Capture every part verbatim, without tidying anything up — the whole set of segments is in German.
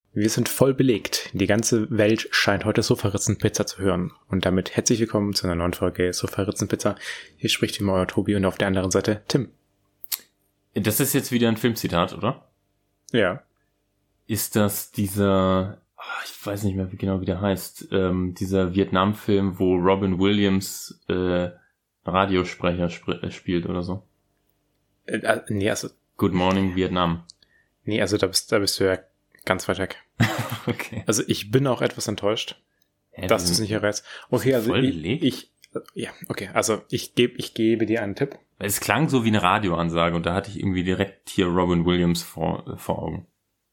Wir sind voll belegt. Die ganze Welt scheint heute Sofaritzenpizza zu hören. Und damit herzlich willkommen zu einer neuen Folge Sofaritzenpizza. Hier spricht wie immer euer Tobi und auf der anderen Seite Tim. Das ist jetzt wieder ein Filmzitat, oder? Ja. Ist das dieser, oh, ich weiß nicht mehr wie genau wie der heißt, ähm, dieser Vietnam-Film, wo Robin Williams äh, Radiosprecher sp- äh, spielt oder so? Äh, nee, also... Good Morning Vietnam. Nee, also da bist, da bist du ja ganz weit weg. Okay. Also ich bin auch etwas enttäuscht, Hä, dass du es nicht errätst. Okay, also voll ich, belegt? ich, ja, okay, also ich gebe, ich gebe dir einen Tipp. Es klang so wie eine Radioansage und da hatte ich irgendwie direkt hier Robin Williams vor, äh, vor Augen.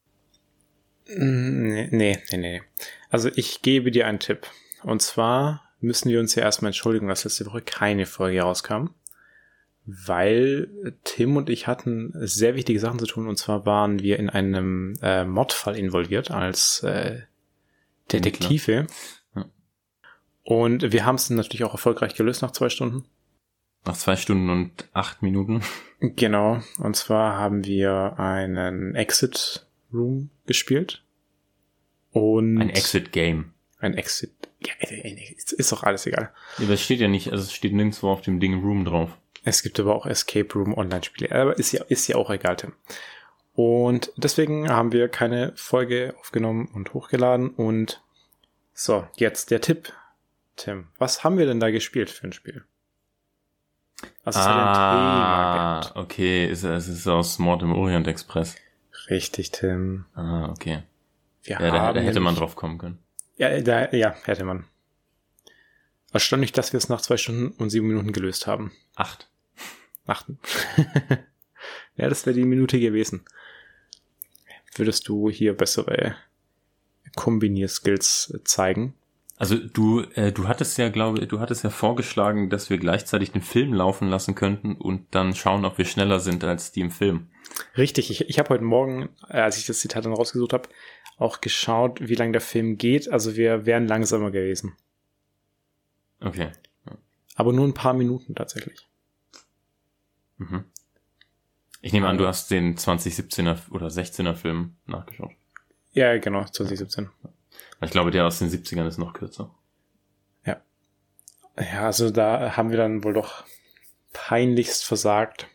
Nee, nee, nee, nee. Also ich gebe dir einen Tipp. Und zwar müssen wir uns ja erstmal entschuldigen, dass letzte Woche keine Folge rauskam. Weil Tim und ich hatten sehr wichtige Sachen zu tun. Und zwar waren wir in einem äh, Mordfall involviert als äh, Detektive. Ja. Und wir haben es natürlich auch erfolgreich gelöst nach zwei Stunden. Nach zwei Stunden und acht Minuten. Genau. Und zwar haben wir einen Exit Room gespielt. Und Ein Exit-Game. Ein Exit. Ja, ist doch alles egal. Ja, das steht ja nicht, also es steht nirgendwo auf dem Ding Room drauf. Es gibt aber auch Escape Room Online-Spiele. Aber ist ja, ist ja auch egal, Tim. Und deswegen haben wir keine Folge aufgenommen und hochgeladen. Und so, jetzt der Tipp, Tim. Was haben wir denn da gespielt für ein Spiel? Also es ah, hat ein Thema gehabt. Okay, es, es ist aus Mord im Orient Express. Richtig, Tim. Ah, okay. Wir ja, da, haben da hätte man nämlich, drauf kommen können. Ja, da, ja, hätte man. Erstaunlich, dass wir es nach zwei Stunden und sieben Minuten gelöst haben. Acht. Achten. Ja, das wäre die Minute gewesen. Würdest du hier bessere Kombinierskills zeigen? Also du, äh, du hattest ja, glaube du hattest ja vorgeschlagen, dass wir gleichzeitig den Film laufen lassen könnten und dann schauen, ob wir schneller sind als die im Film. Richtig, ich, ich habe heute Morgen, äh, als ich das Zitat dann rausgesucht habe, auch geschaut, wie lang der Film geht. Also wir wären langsamer gewesen. Okay. Ja. Aber nur ein paar Minuten tatsächlich. Mhm. Ich nehme an, du hast den zwanzig siebzehner oder sechzehner Film nachgeschaut. Ja, genau, zwanzig siebzehn. Ich glaube, der aus den siebzigern ist noch kürzer. Ja. Ja, also da haben wir dann wohl doch peinlichst versagt.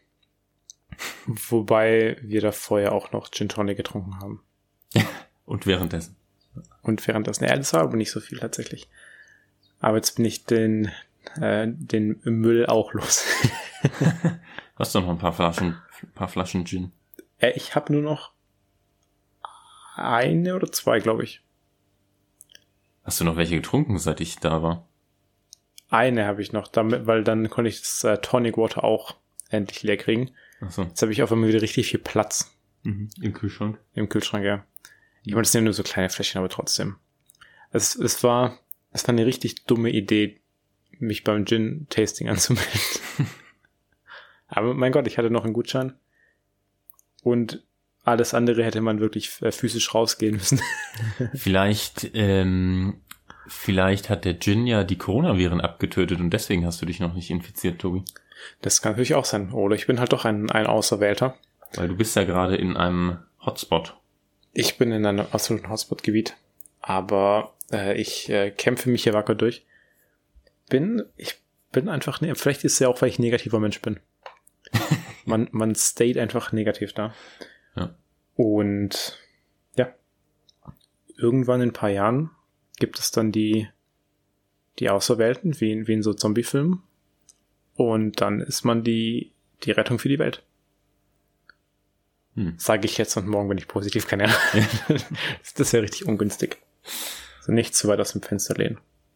Wobei wir da vorher auch noch Gin Tonic getrunken haben. Und währenddessen. Und währenddessen. Ja, das war aber nicht so viel tatsächlich. Aber jetzt bin ich den, äh, den Müll auch los. Hast du noch ein paar Flaschen, ein paar Flaschen Gin? Äh, ich habe nur noch eine oder zwei, glaube ich. Hast du noch welche getrunken, seit ich da war? Eine habe ich noch, damit, weil dann konnte ich das äh, Tonic Water auch endlich leer kriegen. Ach so. Jetzt habe ich auf einmal wieder richtig viel Platz. Mhm. Im Kühlschrank? Im Kühlschrank, ja. Ich meine, das sind nur so kleine Fläschchen, aber trotzdem. Es, es war, es war eine richtig dumme Idee, mich beim Gin-Tasting anzumelden. Aber mein Gott, ich hatte noch einen Gutschein. Und alles andere hätte man wirklich äh, physisch rausgehen müssen. Vielleicht, ähm, vielleicht hat der Gin ja die Coronaviren abgetötet und deswegen hast du dich noch nicht infiziert, Tobi. Das kann natürlich auch sein. Oder ich bin halt doch ein, ein Auserwählter. Weil du bist ja gerade in einem Hotspot. Ich bin in einem absoluten Hotspot-Gebiet. Aber äh, ich äh, kämpfe mich hier wacker durch. Bin, ich bin einfach, ne, vielleicht ist es ja auch, weil ich ein negativer Mensch bin. Man, man stayt einfach negativ da. Ja. Und ja, irgendwann in ein paar Jahren gibt es dann die, die Auserwählten, wie in, wie in so Zombie-Filmen. Und dann ist man die, die Rettung für die Welt. Hm. Sage ich jetzt und morgen bin ich positiv, keine Ahnung. Das ist ja richtig ungünstig. Also nicht zu weit aus dem Fenster lehnen.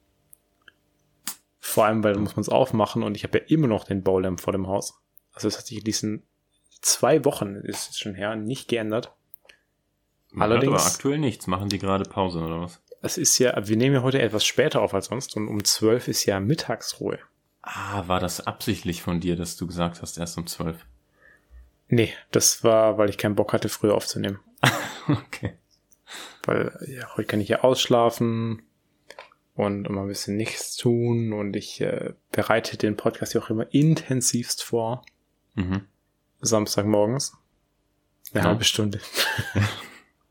Vor allem, weil dann muss man es aufmachen und ich habe ja immer noch den Bowlamp vor dem Haus. Also es hat sich in diesen zwei Wochen, ist es schon her, nicht geändert. Man Allerdings, hört aber aktuell nichts. Machen die gerade Pause oder was? Es ist ja, wir nehmen ja heute etwas später auf als sonst und um zwölf ist ja Mittagsruhe. Ah, war das absichtlich von dir, dass du gesagt hast, erst um zwölf? Nee, das war, weil ich keinen Bock hatte, früher aufzunehmen. Okay. Weil ja, heute kann ich ja ausschlafen und mal ein bisschen nichts tun und ich äh, bereite den Podcast ja auch immer intensivst vor. Mhm. Samstagmorgens. Eine ja. halbe Stunde.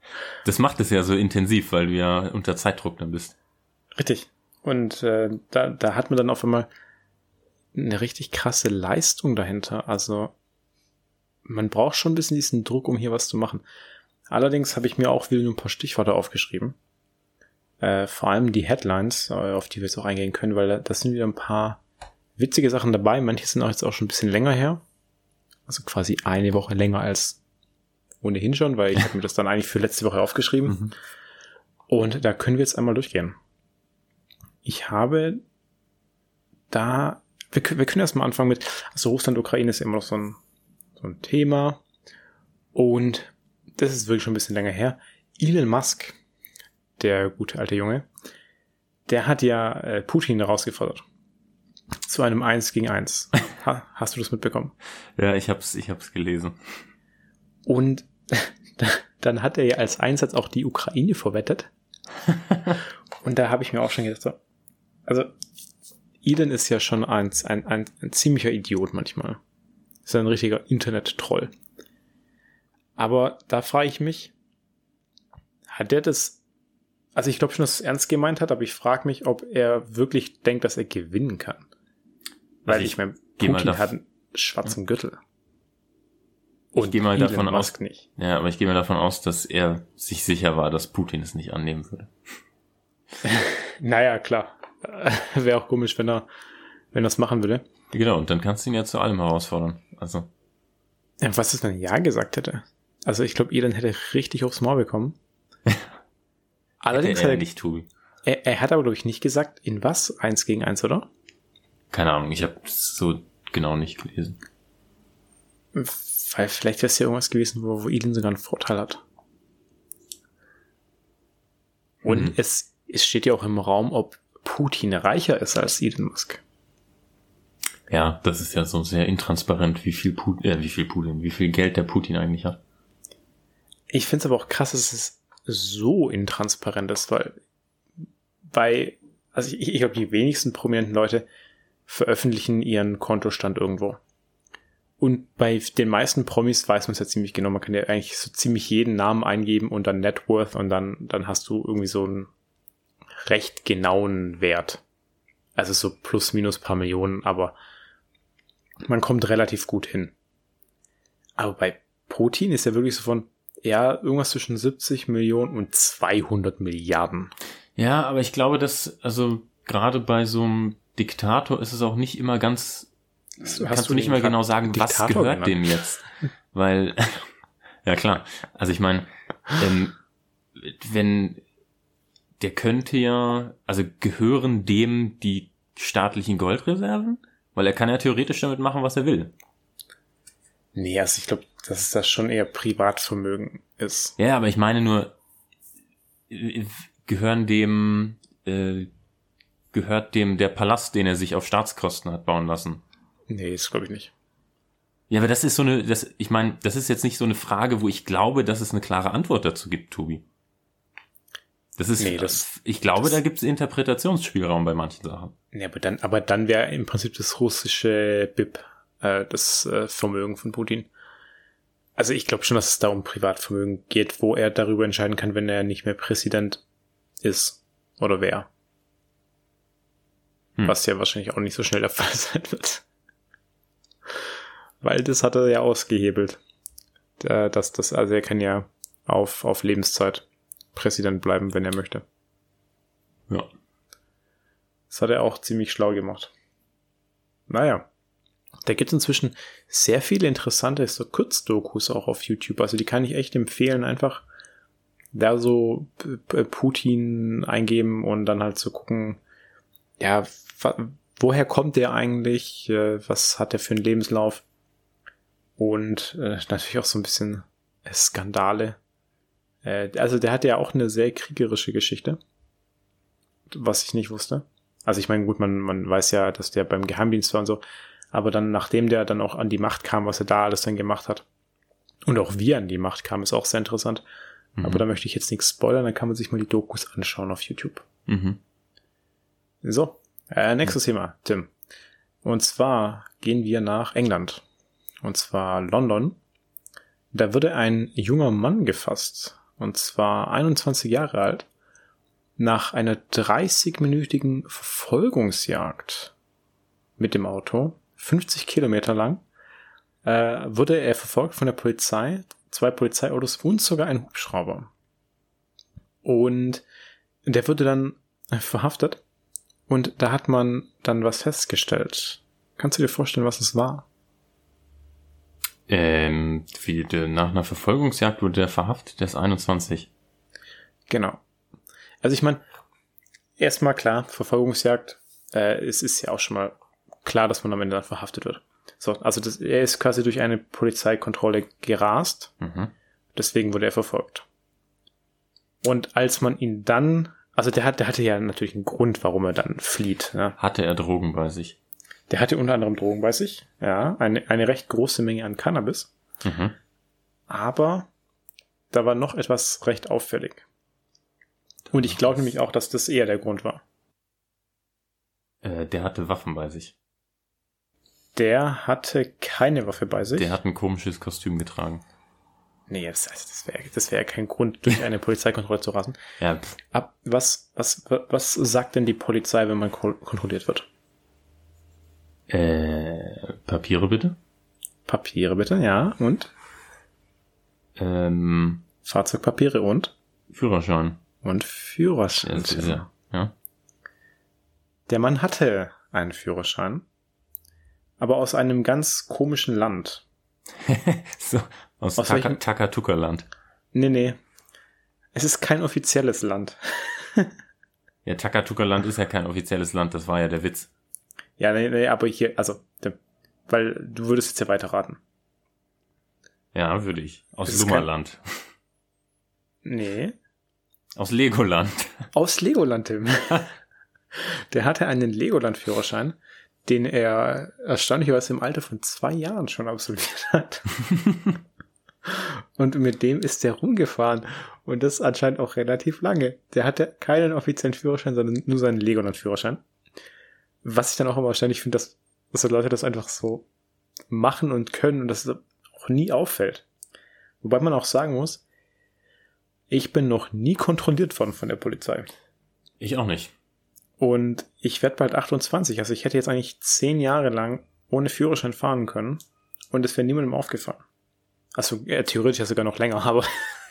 Das macht es ja so intensiv, weil du ja unter Zeitdruck dann bist. Richtig. Und äh, da, da hat man dann auf einmal eine richtig krasse Leistung dahinter. Also man braucht schon ein bisschen diesen Druck, um hier was zu machen. Allerdings habe ich mir auch wieder nur ein paar Stichworte aufgeschrieben. Äh, vor allem die Headlines, auf die wir jetzt auch eingehen können, weil da sind wieder ein paar witzige Sachen dabei. Manche sind auch jetzt auch schon ein bisschen länger her. Also quasi eine Woche länger als ohnehin schon, weil ich habe mir das dann eigentlich für letzte Woche aufgeschrieben. Mhm. Und da können wir jetzt einmal durchgehen. Ich habe da, wir, wir können erstmal anfangen mit, also Russland, Ukraine ist immer noch so ein, so ein Thema. Und das ist wirklich schon ein bisschen länger her. Elon Musk, der gute alte Junge, der hat ja äh, Putin herausgefordert. Zu einem Eins gegen Eins. Ha, hast du das mitbekommen? Ja, ich hab's, ich hab's gelesen. Und dann hat er ja als Einsatz auch die Ukraine verwettet. Und da habe ich mir auch schon gedacht, so, also Elon ist ja schon ein, ein, ein, ein ziemlicher Idiot manchmal. Ist ein richtiger Internet-Troll. Aber da frage ich mich, hat der das, also ich glaube schon, dass er es ernst gemeint hat, aber ich frage mich, ob er wirklich denkt, dass er gewinnen kann. Weil also ich, ich meine, Putin hat einen schwarzen Gürtel. Und ich gehe mal davon aus, nicht. Ja, aber ich gehe mal davon aus, dass er sich sicher war, dass Putin es nicht annehmen würde. Naja, klar. Wäre auch komisch, wenn er, wenn er es machen würde. Genau, und dann kannst du ihn ja zu allem herausfordern. Also. Ja, was ist, wenn er Ja gesagt hätte? Also ich glaube, Elon hätte richtig aufs Maul bekommen. Allerdings hätte er hat er nicht tun. Er, er hat aber, glaube ich, nicht gesagt, in was? Eins gegen eins, oder? Keine Ahnung, ich habe es so genau nicht gelesen. Weil vielleicht wäre es ja irgendwas gewesen, wo, wo Elon sogar einen Vorteil hat. Und mhm. es, es steht ja auch im Raum, ob Putin reicher ist als Elon Musk. Ja, das ist ja so sehr intransparent, wie viel Putin, äh, wie viel Putin, wie viel Geld der Putin eigentlich hat. Ich finde es aber auch krass, dass es so intransparent ist, weil bei, also ich, ich glaube, die wenigsten prominenten Leute veröffentlichen ihren Kontostand irgendwo. Und bei den meisten Promis weiß man es ja ziemlich genau. Man kann ja eigentlich so ziemlich jeden Namen eingeben und dann Net Worth und dann, dann hast du irgendwie so einen recht genauen Wert. Also so plus minus paar Millionen, aber man kommt relativ gut hin. Aber bei Putin ist ja wirklich so von, ja, irgendwas zwischen siebzig Millionen und zweihundert Milliarden. Ja, aber ich glaube, dass, also gerade bei so einem Diktator ist es auch nicht immer ganz, hast, kannst hast du nicht immer genau sagen, Diktator was gehört genannt? Dem jetzt. Weil, ja klar, also ich meine, ähm, wenn, der könnte ja, also gehören dem die staatlichen Goldreserven? Weil er kann ja theoretisch damit machen, was er will. Nee, also ich glaube, dass das schon eher Privatvermögen ist. Ja, aber ich meine nur, gehören dem, äh, gehört dem der Palast, den er sich auf Staatskosten hat bauen lassen? Nee, das glaube ich nicht. Ja, aber das ist so eine, das, ich meine, das ist jetzt nicht so eine Frage, wo ich glaube, dass es eine klare Antwort dazu gibt, Tobi. Das ist, nee, das, ich glaube, das, da gibt es Interpretationsspielraum bei manchen Sachen. Nee, aber dann, aber dann wäre im Prinzip das russische B I P, äh, das äh, Vermögen von Putin. Also ich glaube schon, dass es da um Privatvermögen geht, wo er darüber entscheiden kann, wenn er nicht mehr Präsident ist oder wer. Hm. Was ja wahrscheinlich auch nicht so schnell der Fall sein wird. Weil das hat er ja ausgehebelt. Das, das, also er kann ja auf, auf Lebenszeit Präsident bleiben, wenn er möchte. Ja. Das hat er auch ziemlich schlau gemacht. Naja. Da gibt es inzwischen sehr viele interessante so Kurzdokus auch auf YouTube. Also die kann ich echt empfehlen. Einfach da so Putin eingeben und dann halt so gucken, ja, woher kommt der eigentlich? Was hat der für einen Lebenslauf? Und äh, natürlich auch so ein bisschen Skandale. Äh, also der hat ja auch eine sehr kriegerische Geschichte. Was ich nicht wusste. Also ich meine, gut, man, man weiß ja, dass der beim Geheimdienst war und so. Aber dann, nachdem der dann auch an die Macht kam, was er da alles dann gemacht hat. Und auch wie er an die Macht kam, ist auch sehr interessant. Mhm. Aber da möchte ich jetzt nichts spoilern, dann kann man sich mal die Dokus anschauen auf YouTube. Mhm. So, äh, nächstes mhm. Thema, Tim. Und zwar gehen wir nach England. Und zwar London. Da wurde ein junger Mann gefasst. und zwar einundzwanzig Jahre alt, nach einer dreißigminütigen Verfolgungsjagd mit dem Auto, fünfzig Kilometer lang, äh, wurde er verfolgt von der Polizei, zwei Polizeiautos und sogar ein Hubschrauber. Und der wurde dann verhaftet und da hat man dann was festgestellt. Kannst du dir vorstellen, was es war? Ähm, wie, nach einer Verfolgungsjagd wurde der verhaftet, der ist einundzwanzig. Genau. Also ich meine, erstmal klar, Verfolgungsjagd, äh, es ist ja auch schon mal klar, dass man am Ende dann verhaftet wird. So, also das, er ist quasi durch eine Polizeikontrolle gerast, mhm. Deswegen wurde er verfolgt. Und als man ihn dann, also der, hat, der hatte ja natürlich einen Grund, warum er dann flieht. Ja. Hatte er Drogen bei sich? Der hatte unter anderem Drogen bei sich, ja, eine, eine recht große Menge an Cannabis. Mhm. Aber da war noch etwas recht auffällig. Und ich glaube nämlich auch, dass das eher der Grund war. Äh, der hatte Waffen bei sich. Der hatte keine Waffe bei sich. Der hat ein komisches Kostüm getragen. Nee, das, also das wäre das wär kein Grund, durch eine Polizeikontrolle zu rasen. Ja. Ab, was, was, was sagt denn die Polizei, wenn man kontrolliert wird? Äh, Papiere bitte? Papiere bitte, ja. Und? Ähm, Fahrzeugpapiere und? Führerschein. Und Führerschein. Ja, ja, ja. Der Mann hatte einen Führerschein, aber aus einem ganz komischen Land. so, aus, aus Taka, Takatuka-Land. Nee, nee. Es ist kein offizielles Land. Ja, Takatuka-Land ist ja kein offizielles Land, das war ja der Witz. Ja, nee, nee, aber hier, also, weil du würdest jetzt ja weiter raten. Ja, würde ich. Aus Lummerland. Kein... Nee. Aus Legoland. Aus Legoland, Tim. Der hatte einen Legoland-Führerschein, den er erstaunlicherweise im Alter von zwei Jahren schon absolviert hat. Und mit dem ist der rumgefahren. Und das anscheinend auch relativ lange. Der hatte keinen offiziellen Führerschein, sondern nur seinen Legoland-Führerschein. Was ich dann auch immer erstaunlich finde, dass, dass die Leute das einfach so machen und können und das auch nie auffällt. Wobei man auch sagen muss, ich bin noch nie kontrolliert worden von der Polizei. Ich auch nicht. Und ich werde bald achtundzwanzig, also ich hätte jetzt eigentlich zehn Jahre lang ohne Führerschein fahren können und es wäre niemandem aufgefallen. Also ja, theoretisch ja sogar noch länger, aber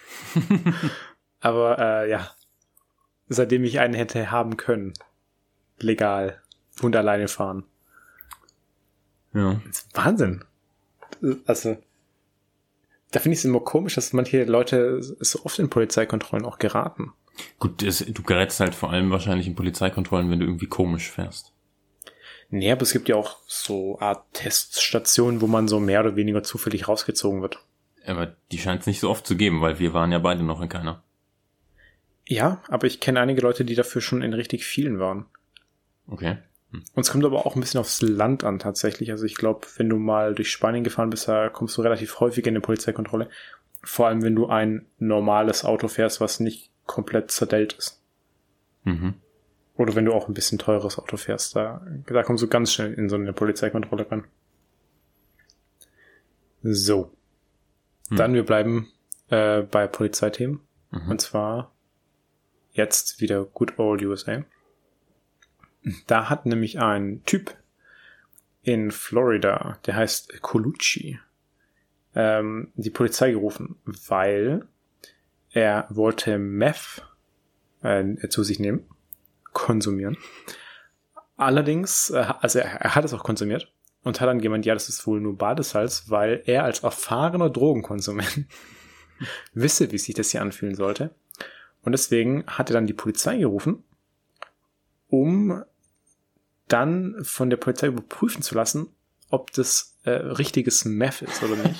aber äh, ja, seitdem ich einen hätte haben können, legal und alleine fahren. Ja. Das ist Wahnsinn. Also da finde ich es immer komisch, dass manche Leute so oft in Polizeikontrollen auch geraten. Gut, das, du gerätst halt vor allem wahrscheinlich in Polizeikontrollen, wenn du irgendwie komisch fährst. Nee, aber es gibt ja auch so Art Teststationen, wo man so mehr oder weniger zufällig rausgezogen wird. Aber die scheint es nicht so oft zu geben, weil wir waren ja beide noch in keiner. Ja, aber ich kenne einige Leute, die dafür schon in richtig vielen waren. Okay. Hm. Und es kommt aber auch ein bisschen aufs Land an tatsächlich. Also ich glaube, wenn du mal durch Spanien gefahren bist, da kommst du relativ häufig in eine Polizeikontrolle. Vor allem, wenn du ein normales Auto fährst, was nicht komplett zerdellt ist. Mhm. Oder wenn du auch ein bisschen teures Auto fährst, da, da kommst du ganz schnell in so eine Polizeikontrolle ran. So. Hm. Dann, wir bleiben äh, bei Polizeithemen. Mhm. Und zwar jetzt wieder Good Old U S A. Da hat nämlich ein Typ in Florida, der heißt Colucci, ähm, die Polizei gerufen, weil er wollte Meth äh, zu sich nehmen, konsumieren. Allerdings, äh, also er, er hat es auch konsumiert und hat dann gemeint, ja, das ist wohl nur Badesalz, weil er als erfahrener Drogenkonsument wisse, wie sich das hier anfühlen sollte. Und deswegen hat er dann die Polizei gerufen, um dann von der Polizei überprüfen zu lassen, ob das äh, richtiges Meth ist oder nicht.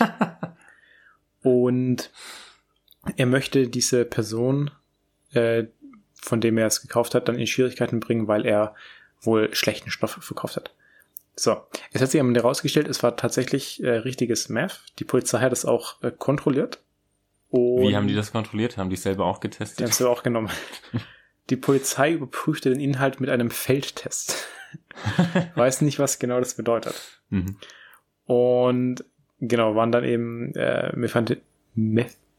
Und er möchte diese Person, äh, von dem er es gekauft hat, dann in Schwierigkeiten bringen, weil er wohl schlechten Stoff verkauft hat. So, es hat sich am Ende herausgestellt, es war tatsächlich äh, richtiges Meth. Die Polizei hat es auch äh, kontrolliert. Und wie haben die das kontrolliert? Haben die es selber auch getestet? Die haben es selber auch genommen. Die Polizei überprüfte den Inhalt mit einem Feldtest. Weiß nicht, was genau das bedeutet. Mhm. Und genau, waren dann eben äh,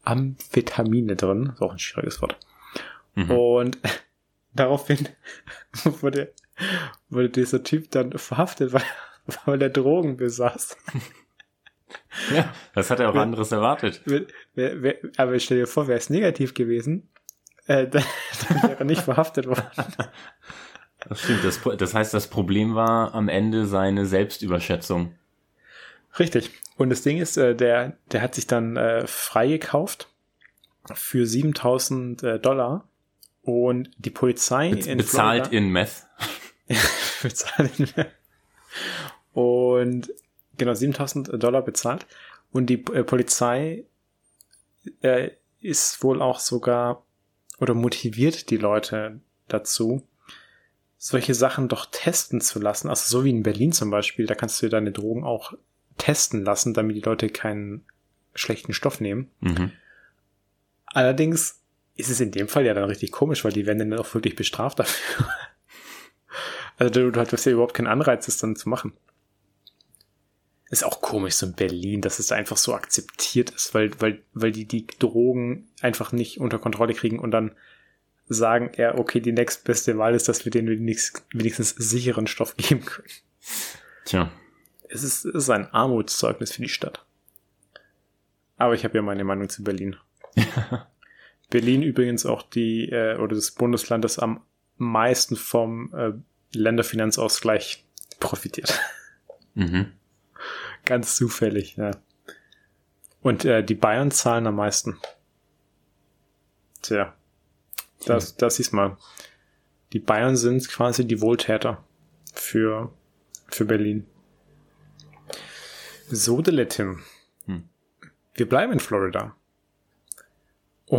Amphetamine drin. Ist auch ein schwieriges Wort. Mhm. Und daraufhin wurde, wurde dieser Typ dann verhaftet, weil, weil er Drogen besaß. Ja, das hat er auch wer, anderes erwartet. Wer, wer, wer, aber stell dir vor, wäre es negativ gewesen, äh, dann, dann wäre er nicht verhaftet worden. Das stimmt. Das, das heißt, das Problem war am Ende seine Selbstüberschätzung. Richtig. Und das Ding ist, äh, der, der hat sich dann äh, freigekauft für siebentausend äh, Dollar und die Polizei Be- in bezahlt Florida, in Meth. bezahlt in Meth. Und genau, siebentausend Dollar bezahlt. Und die äh, Polizei äh, ist wohl auch sogar oder motiviert die Leute dazu, solche Sachen doch testen zu lassen. Also so wie in Berlin zum Beispiel, da kannst du deine Drogen auch testen lassen, damit die Leute keinen schlechten Stoff nehmen. Mhm. Allerdings ist es in dem Fall ja dann richtig komisch, weil die werden dann auch wirklich bestraft dafür. Also du, du hast ja überhaupt keinen Anreiz, das dann zu machen. Ist auch komisch so in Berlin, dass es einfach so akzeptiert ist, weil, weil, weil die die Drogen einfach nicht unter Kontrolle kriegen und dann sagen, ja, okay, die nächstbeste Wahl ist, dass wir denen wenigstens, wenigstens sicheren Stoff geben können. Tja. Es ist, es ist ein Armutszeugnis für die Stadt. Aber ich habe ja meine Meinung zu Berlin. Berlin übrigens auch die, äh, oder das Bundesland, das am meisten vom äh, Länderfinanzausgleich profitiert. Mhm. Ganz zufällig, ja. Und äh, die Bayern zahlen am meisten. Tja. Das, das ist mal. Die Bayern sind quasi die Wohltäter für, für Berlin. So, der Tim. Hm. Wir bleiben in Florida. Oh.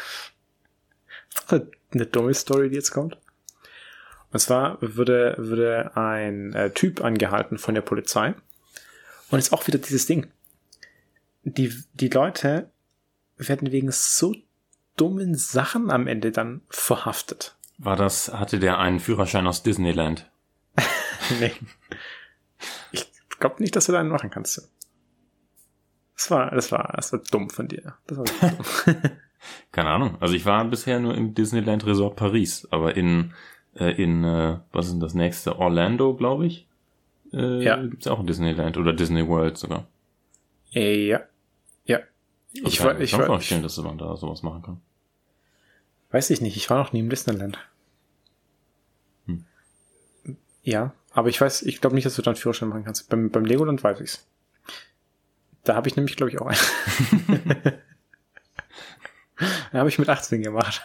Eine dumme Story, die jetzt kommt. Und zwar würde, würde ein äh, Typ angehalten von der Polizei. Und ist auch wieder dieses Ding. Die, die Leute werden wegen so dummen Sachen am Ende dann verhaftet. War das, hatte der einen Führerschein aus Disneyland? Nee. Ich glaube nicht, dass du da einen machen kannst. Das war, das war, das war dumm von dir. Das war dumm. Keine Ahnung. Also ich war bisher nur im Disneyland Resort Paris, aber in, äh, in, äh, was ist denn das nächste? Orlando, glaube ich. Äh, ja. Gibt's auch ein Disneyland oder Disney World sogar. Äh, ja. Ja. Also ich war, ich kann mir vorstellen, dass man da sowas machen kann. Weiß ich nicht. Ich war noch nie im Disneyland. Hm. Ja, aber ich weiß, ich glaube nicht, dass du da einen Führerschein machen kannst. Beim, beim Legoland weiß ich's. Da habe ich nämlich, glaube ich, auch einen. Da habe ich mit achtzehn gemacht.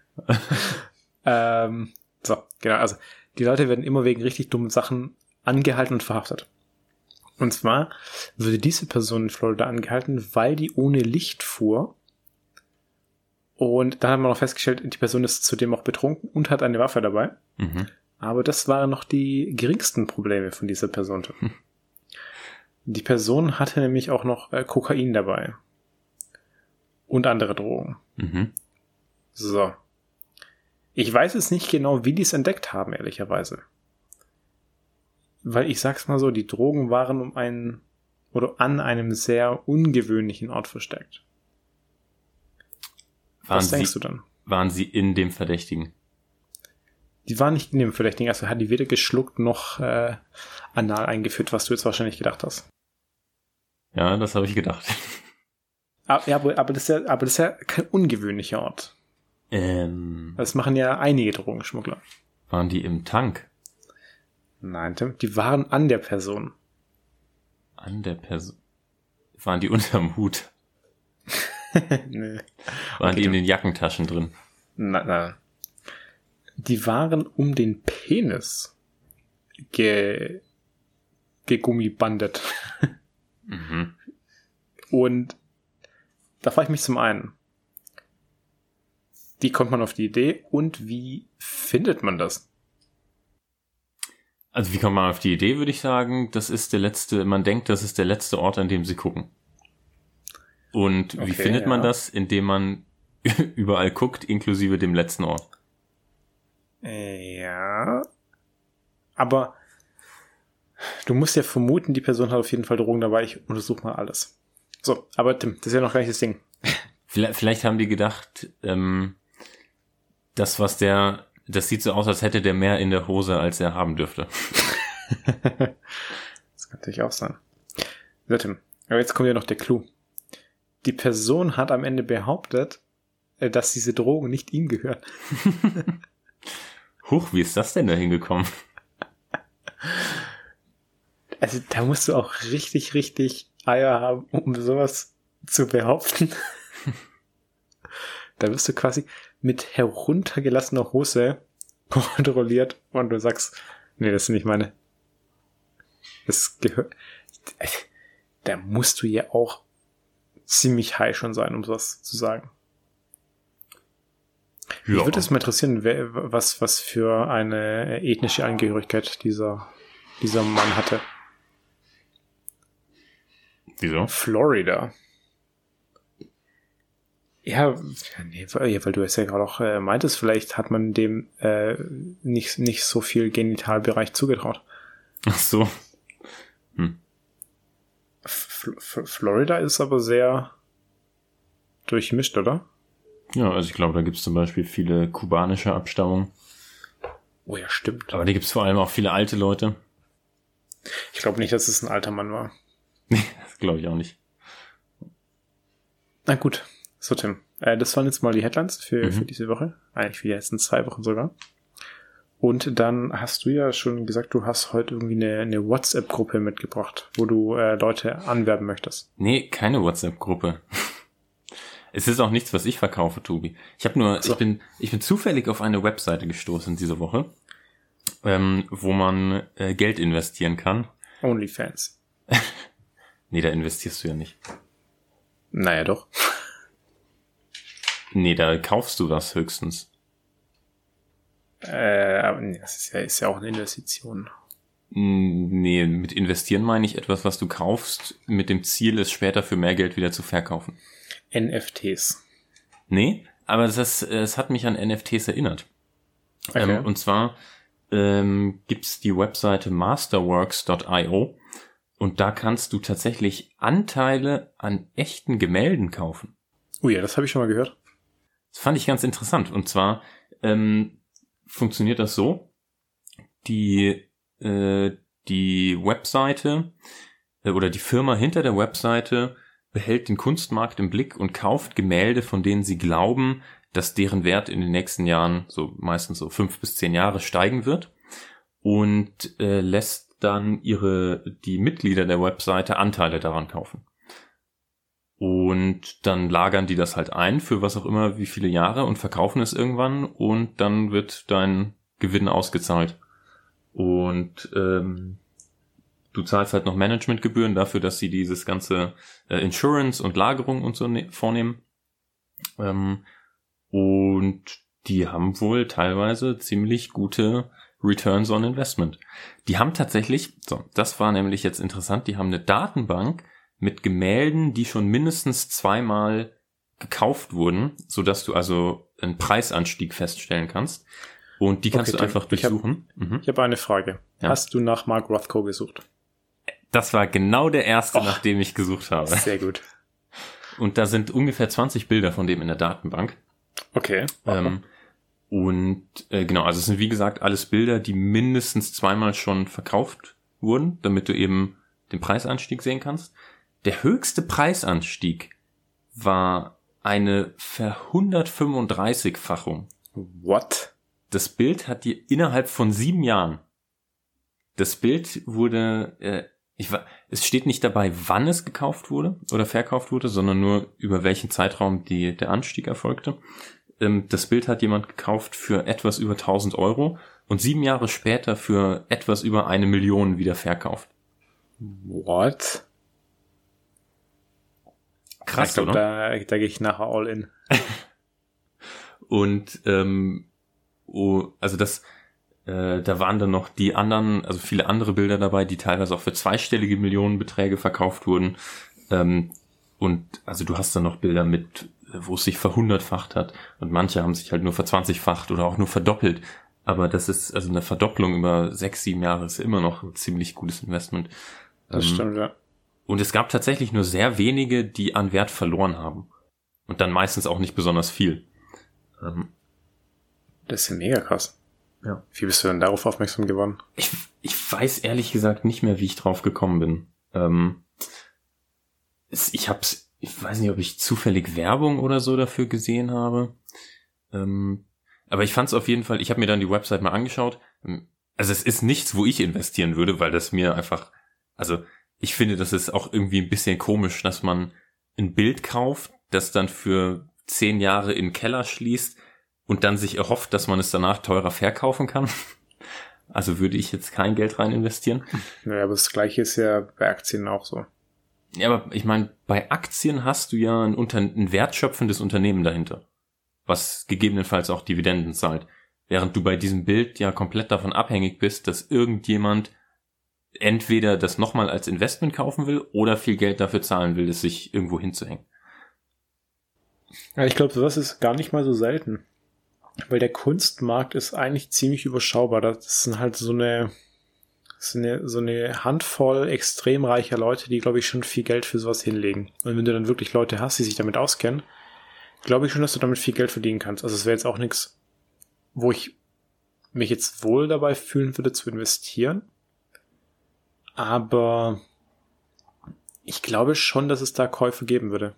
ähm, so, genau. Also die Leute werden immer wegen richtig dummen Sachen angehalten und verhaftet. Und zwar würde diese Person in Florida angehalten, weil die ohne Licht fuhr. Und dann hat man noch festgestellt, die Person ist zudem auch betrunken und hat eine Waffe dabei. Mhm. Aber das waren noch die geringsten Probleme von dieser Person. Hm. Die Person hatte nämlich auch noch äh, Kokain dabei. Und andere Drogen. Mhm. So. Ich weiß jetzt nicht genau, wie die es entdeckt haben, ehrlicherweise. Weil ich sag's mal so, die Drogen waren um einen oder an einem sehr ungewöhnlichen Ort versteckt. Waren Was denkst Sie, du dann? Waren sie in dem Verdächtigen? Die waren nicht in dem Verdächtigen, also hat die weder geschluckt noch äh, anal eingeführt, was du jetzt wahrscheinlich gedacht hast. Ja, das habe ich gedacht. Aber, ja, aber, aber, das ist ja, aber das ist ja kein ungewöhnlicher Ort. Ähm, das machen ja einige Drogenschmuggler. Waren die im Tank? Nein, Tim, die waren an der Person. An der Person? Waren die unterm Hut? Nee. Waren Okay, die in den Jackentaschen drin? Nein, nein. Die waren um den Penis ge gegummibandet. Mhm. Und da frage ich mich zum einen, wie kommt man auf die Idee und wie findet man das? Also wie kommt man auf die Idee, würde ich sagen, das ist der letzte, man denkt, das ist der letzte Ort, an dem sie gucken. Und wie okay, findet man ja. das? Indem man überall guckt, inklusive dem letzten Ort. Ja. Aber du musst ja vermuten, die Person hat auf jeden Fall Drogen dabei. Ich untersuche mal alles. So, aber Tim, das ist ja noch gar nicht das Ding. Vielleicht, vielleicht haben die gedacht, ähm, das, was der, das sieht so aus, als hätte der mehr in der Hose, als er haben dürfte. Das kann natürlich auch sein. So, Tim, aber jetzt kommt ja noch der Clou. Die Person hat am Ende behauptet, dass diese Drogen nicht ihm gehören. Huch, wie ist das denn da hingekommen? Also da musst du auch richtig, richtig Eier haben, um sowas zu behaupten. Da wirst du quasi mit heruntergelassener Hose kontrolliert und du sagst, nee, das sind nicht meine. Das gehört. Da musst du ja auch ziemlich high schon sein, um sowas zu sagen. Ja. Mich würde es mal interessieren, wer, was, was für eine ethnische Angehörigkeit dieser, dieser Mann hatte. Wieso? Florida. Ja, nee, weil du es ja gerade auch äh, meintest, vielleicht hat man dem äh, nicht, nicht so viel Genitalbereich zugetraut. Ach so. Hm. F- F- Florida ist aber sehr durchmischt, oder? Ja, also ich glaube, da gibt es zum Beispiel viele kubanische Abstammungen. Oh ja, stimmt. Aber da gibt es vor allem auch viele alte Leute. Ich glaube nicht, dass es ein alter Mann war. Nee, das glaube ich auch nicht. Na gut. So, Tim, äh, das waren jetzt mal die Headlines für, mhm. für diese Woche. Eigentlich für die letzten zwei Wochen sogar. Und dann hast du ja schon gesagt, du hast heute irgendwie eine, eine WhatsApp-Gruppe mitgebracht, wo du äh, Leute anwerben möchtest. Nee, keine WhatsApp-Gruppe. Es ist auch nichts, was ich verkaufe, Tobi. Ich habe nur, so. ich bin, ich bin zufällig auf eine Webseite gestoßen diese Woche, ähm, wo man äh, Geld investieren kann. OnlyFans. Nee, da investierst du ja nicht. Naja, doch. Nee, da kaufst du was höchstens. Äh, aber nee, das ist ja, ist ja auch eine Investition. Nee, mit investieren meine ich etwas, was du kaufst, mit dem Ziel, es später für mehr Geld wieder zu verkaufen. N F Ts. Nee, aber das, es hat mich an N F Ts erinnert. Okay. Ähm, und zwar ähm, gibt's die Webseite masterworks Punkt io und da kannst du tatsächlich Anteile an echten Gemälden kaufen. Oh ja, das habe ich schon mal gehört. Das fand ich ganz interessant. Und zwar ähm, funktioniert das so, die, äh, die Webseite äh, oder die Firma hinter der Webseite behält den Kunstmarkt im Blick und kauft Gemälde, von denen sie glauben, dass deren Wert in den nächsten Jahren, so meistens so fünf bis zehn Jahre, steigen wird und äh, lässt dann ihre die Mitglieder der Webseite Anteile daran kaufen. Und dann lagern die das halt ein für was auch immer, wie viele Jahre und verkaufen es irgendwann und dann wird dein Gewinn ausgezahlt. Und ähm, du zahlst halt noch Managementgebühren dafür, dass sie dieses ganze äh, Insurance und Lagerung und so ne- vornehmen. Ähm, und die haben wohl teilweise ziemlich gute Returns on Investment. Die haben tatsächlich, so, das war nämlich jetzt interessant, die haben eine Datenbank mit Gemälden, die schon mindestens zweimal gekauft wurden, sodass du also einen Preisanstieg feststellen kannst. Und die kannst okay, du einfach durchsuchen. Ich habe mhm. hab eine Frage. Ja. Hast du nach Mark Rothko gesucht? Das war genau der erste, Och, nach dem ich gesucht habe. Sehr gut. Und da sind ungefähr zwanzig Bilder von dem in der Datenbank. Okay. Ähm, und äh, genau, also es sind wie gesagt alles Bilder, die mindestens zweimal schon verkauft wurden, damit du eben den Preisanstieg sehen kannst. Der höchste Preisanstieg war eine verhundertfünfunddreißig-fachung. What? Das Bild hat dir innerhalb von sieben Jahren, das Bild wurde, äh, ich war, es steht nicht dabei, wann es gekauft wurde oder verkauft wurde, sondern nur über welchen Zeitraum die, der Anstieg erfolgte. Ähm, das Bild hat jemand gekauft für etwas über tausend Euro und sieben Jahre später für etwas über eine Million wieder verkauft. What? Krass, ich glaub, oder? Da, da gehe ich nachher all in. Und ähm, oh, also das, äh, da waren dann noch die anderen, also viele andere Bilder dabei, die teilweise auch für zweistellige Millionenbeträge verkauft wurden. Ähm, und also du hast dann noch Bilder mit, wo es sich verhundertfacht hat. Und manche haben sich halt nur verzwanzigfacht oder auch nur verdoppelt. Aber das ist, also eine Verdopplung über sechs, sieben Jahre ist immer noch ein ziemlich gutes Investment. Das ähm, stimmt, ja. Und es gab tatsächlich nur sehr wenige, die an Wert verloren haben. Und dann meistens auch nicht besonders viel. Ähm, das ist ja mega krass. Ja. Wie bist du denn darauf aufmerksam geworden? Ich, ich weiß ehrlich gesagt nicht mehr, wie ich drauf gekommen bin. Ähm, es, ich hab's, ich weiß nicht, ob ich zufällig Werbung oder so dafür gesehen habe. Ähm, aber ich fand's auf jeden Fall, ich habe mir dann die Website mal angeschaut. Also es ist nichts, wo ich investieren würde, weil das mir einfach, also ich finde, das ist auch irgendwie ein bisschen komisch, dass man ein Bild kauft, das dann für zehn Jahre in den Keller schließt und dann sich erhofft, dass man es danach teurer verkaufen kann. Also würde ich jetzt kein Geld rein investieren. Naja, aber das Gleiche ist ja bei Aktien auch so. Ja, aber ich meine, bei Aktien hast du ja ein, Unter- ein wertschöpfendes Unternehmen dahinter, was gegebenenfalls auch Dividenden zahlt. Während du bei diesem Bild ja komplett davon abhängig bist, dass irgendjemand entweder das nochmal als Investment kaufen will oder viel Geld dafür zahlen will, es sich irgendwo hinzuhängen. Ja, ich glaube, sowas ist gar nicht mal so selten. Weil der Kunstmarkt ist eigentlich ziemlich überschaubar. Das sind halt so eine, so eine, so eine Handvoll extrem reicher Leute, die, glaube ich, schon viel Geld für sowas hinlegen. Und wenn du dann wirklich Leute hast, die sich damit auskennen, glaube ich schon, dass du damit viel Geld verdienen kannst. Also es wäre jetzt auch nichts, wo ich mich jetzt wohl dabei fühlen würde zu investieren. Aber ich glaube schon, dass es da Käufe geben würde.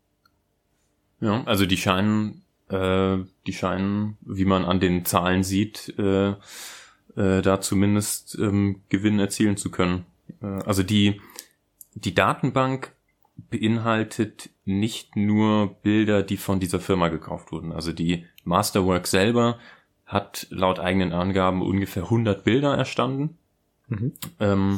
Ja, also die scheinen, äh, die scheinen, wie man an den Zahlen sieht, äh, äh, da zumindest ähm, Gewinn erzielen zu können. Äh, also die, die Datenbank beinhaltet nicht nur Bilder, die von dieser Firma gekauft wurden. Also die Masterwork selber hat laut eigenen Angaben ungefähr hundert Bilder erstanden, mhm. ähm,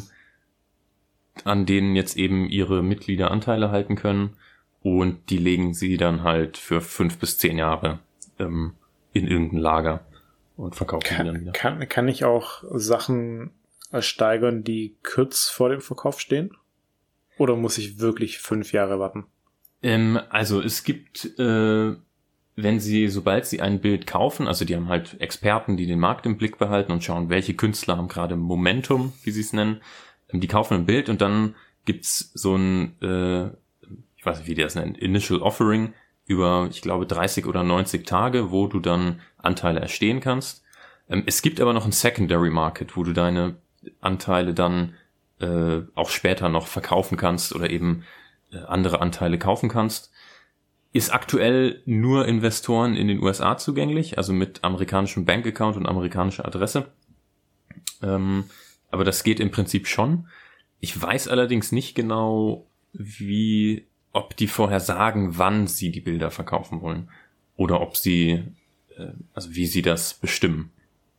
an denen jetzt eben ihre Mitglieder Anteile halten können. Und die legen sie dann halt für fünf bis zehn Jahre ähm, in irgendein Lager und verkaufen kann, die dann wieder. Kann, kann ich auch Sachen ersteigern, die kurz vor dem Verkauf stehen? Oder muss ich wirklich fünf Jahre warten? Ähm, also es gibt, äh, wenn sie, sobald sie ein Bild kaufen, also die haben halt Experten, die den Markt im Blick behalten und schauen, welche Künstler haben gerade Momentum, wie sie es nennen. Ähm, die kaufen ein Bild und dann gibt's so ein äh, ich weiß nicht, wie die das nennen, Initial Offering über, ich glaube, dreißig oder neunzig Tage, wo du dann Anteile erstehen kannst. Ähm, es gibt aber noch ein Secondary Market, wo du deine Anteile dann äh, auch später noch verkaufen kannst oder eben äh, andere Anteile kaufen kannst. Ist aktuell nur Investoren in den U S A zugänglich, also mit amerikanischem Bankaccount und amerikanischer Adresse. Ähm, aber das geht im Prinzip schon. Ich weiß allerdings nicht genau, wie ob die vorher sagen, wann sie die Bilder verkaufen wollen oder ob sie, äh, also wie sie das bestimmen.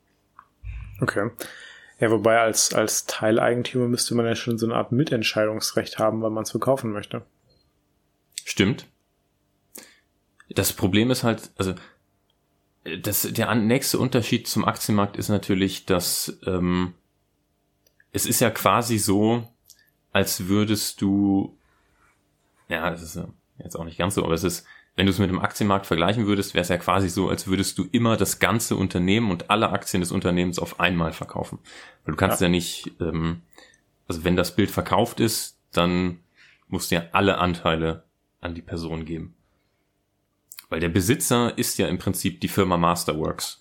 Okay. Ja, wobei als als Teileigentümer müsste man ja schon so eine Art Mitentscheidungsrecht haben, wann man es verkaufen möchte. Stimmt. Das Problem ist halt, also das, der nächste Unterschied zum Aktienmarkt ist natürlich, dass ähm, es ist ja quasi so, als würdest du ja, das ist jetzt auch nicht ganz so, aber es ist, wenn du es mit dem Aktienmarkt vergleichen würdest, wäre es ja quasi so, als würdest du immer das ganze Unternehmen und alle Aktien des Unternehmens auf einmal verkaufen. Weil du kannst ja, ja nicht, ähm, also wenn das Bild verkauft ist, dann musst du ja alle Anteile an die Person geben. Weil der Besitzer ist ja im Prinzip die Firma Masterworks.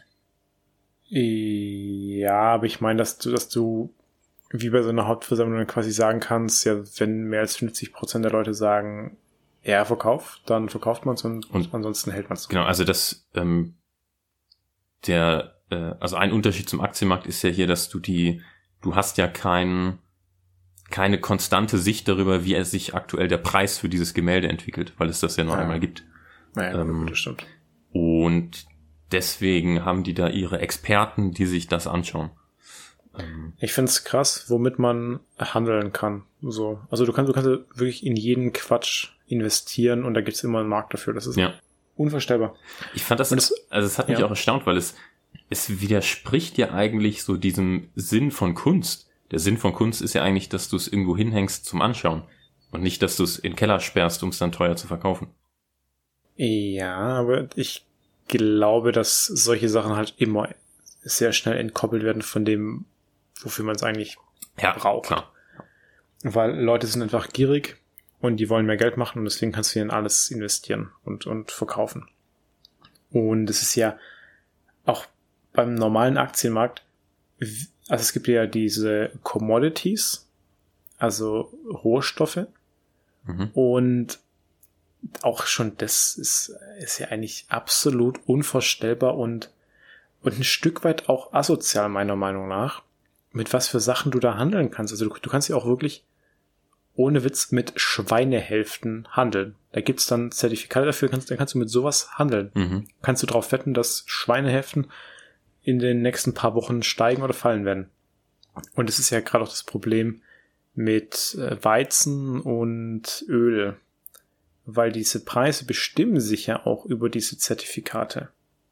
Ja, aber ich meine, dass du, dass du wie bei so einer Hauptversammlung quasi sagen kannst, ja, wenn mehr als fünfzig Prozent der Leute sagen, er verkauft, dann verkauft man es und, und ansonsten hält man es. Genau, also das, ähm, der, äh, also ein Unterschied zum Aktienmarkt ist ja hier, dass du die, du hast ja kein, keine konstante Sicht darüber, wie er sich aktuell der Preis für dieses Gemälde entwickelt, weil es das ja nur ja. einmal gibt. Naja, ähm, das stimmt. Und deswegen haben die da ihre Experten, die sich das anschauen. Ich find's krass, womit man handeln kann. So, also du kannst, du kannst wirklich in jeden Quatsch investieren und da gibt's immer einen Markt dafür. Das ist ja. unvorstellbar. Ich fand das, das also es hat mich ja. auch erstaunt, weil es, es widerspricht ja eigentlich so diesem Sinn von Kunst. Der Sinn von Kunst ist ja eigentlich, dass du es irgendwo hinhängst zum Anschauen und nicht, dass du es in den Keller sperrst, um es dann teuer zu verkaufen. Ja, aber ich glaube, dass solche Sachen halt immer sehr schnell entkoppelt werden von dem, wofür man es eigentlich ja, braucht. Klar. Weil Leute sind einfach gierig und die wollen mehr Geld machen und deswegen kannst du in alles investieren und, und verkaufen. Und es ist ja auch beim normalen Aktienmarkt, also es gibt ja diese Commodities, also Rohstoffe, mhm. und auch schon das ist, ist ja eigentlich absolut unvorstellbar und, und ein Stück weit auch asozial meiner Meinung nach, mit was für Sachen du da handeln kannst. Also du, du kannst ja auch wirklich ohne Witz mit Schweinehälften handeln. Da gibt's dann Zertifikate dafür, kannst, dann kannst du mit sowas handeln. Mhm. Kannst du drauf wetten, dass Schweinehälften in den nächsten paar Wochen steigen oder fallen werden. Und es ist ja gerade auch das Problem mit Weizen und Öl, weil diese Preise bestimmen sich ja auch über diese Zertifikate.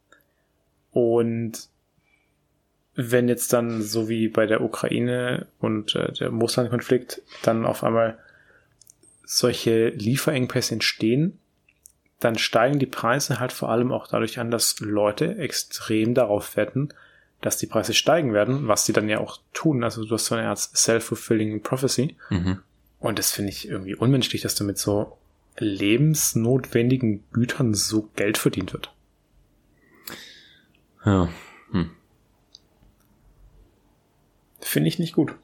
Und wenn jetzt dann, so wie bei der Ukraine und äh, der Russland-Konflikt, dann auf einmal solche Lieferengpässe entstehen, dann steigen die Preise halt vor allem auch dadurch an, dass Leute extrem darauf wetten, dass die Preise steigen werden, was sie dann ja auch tun. Also du hast so eine Art self-fulfilling prophecy. Mhm. Und das finde ich irgendwie unmenschlich, dass da mit so lebensnotwendigen Gütern so Geld verdient wird. Ja, hm. Finde ich nicht gut.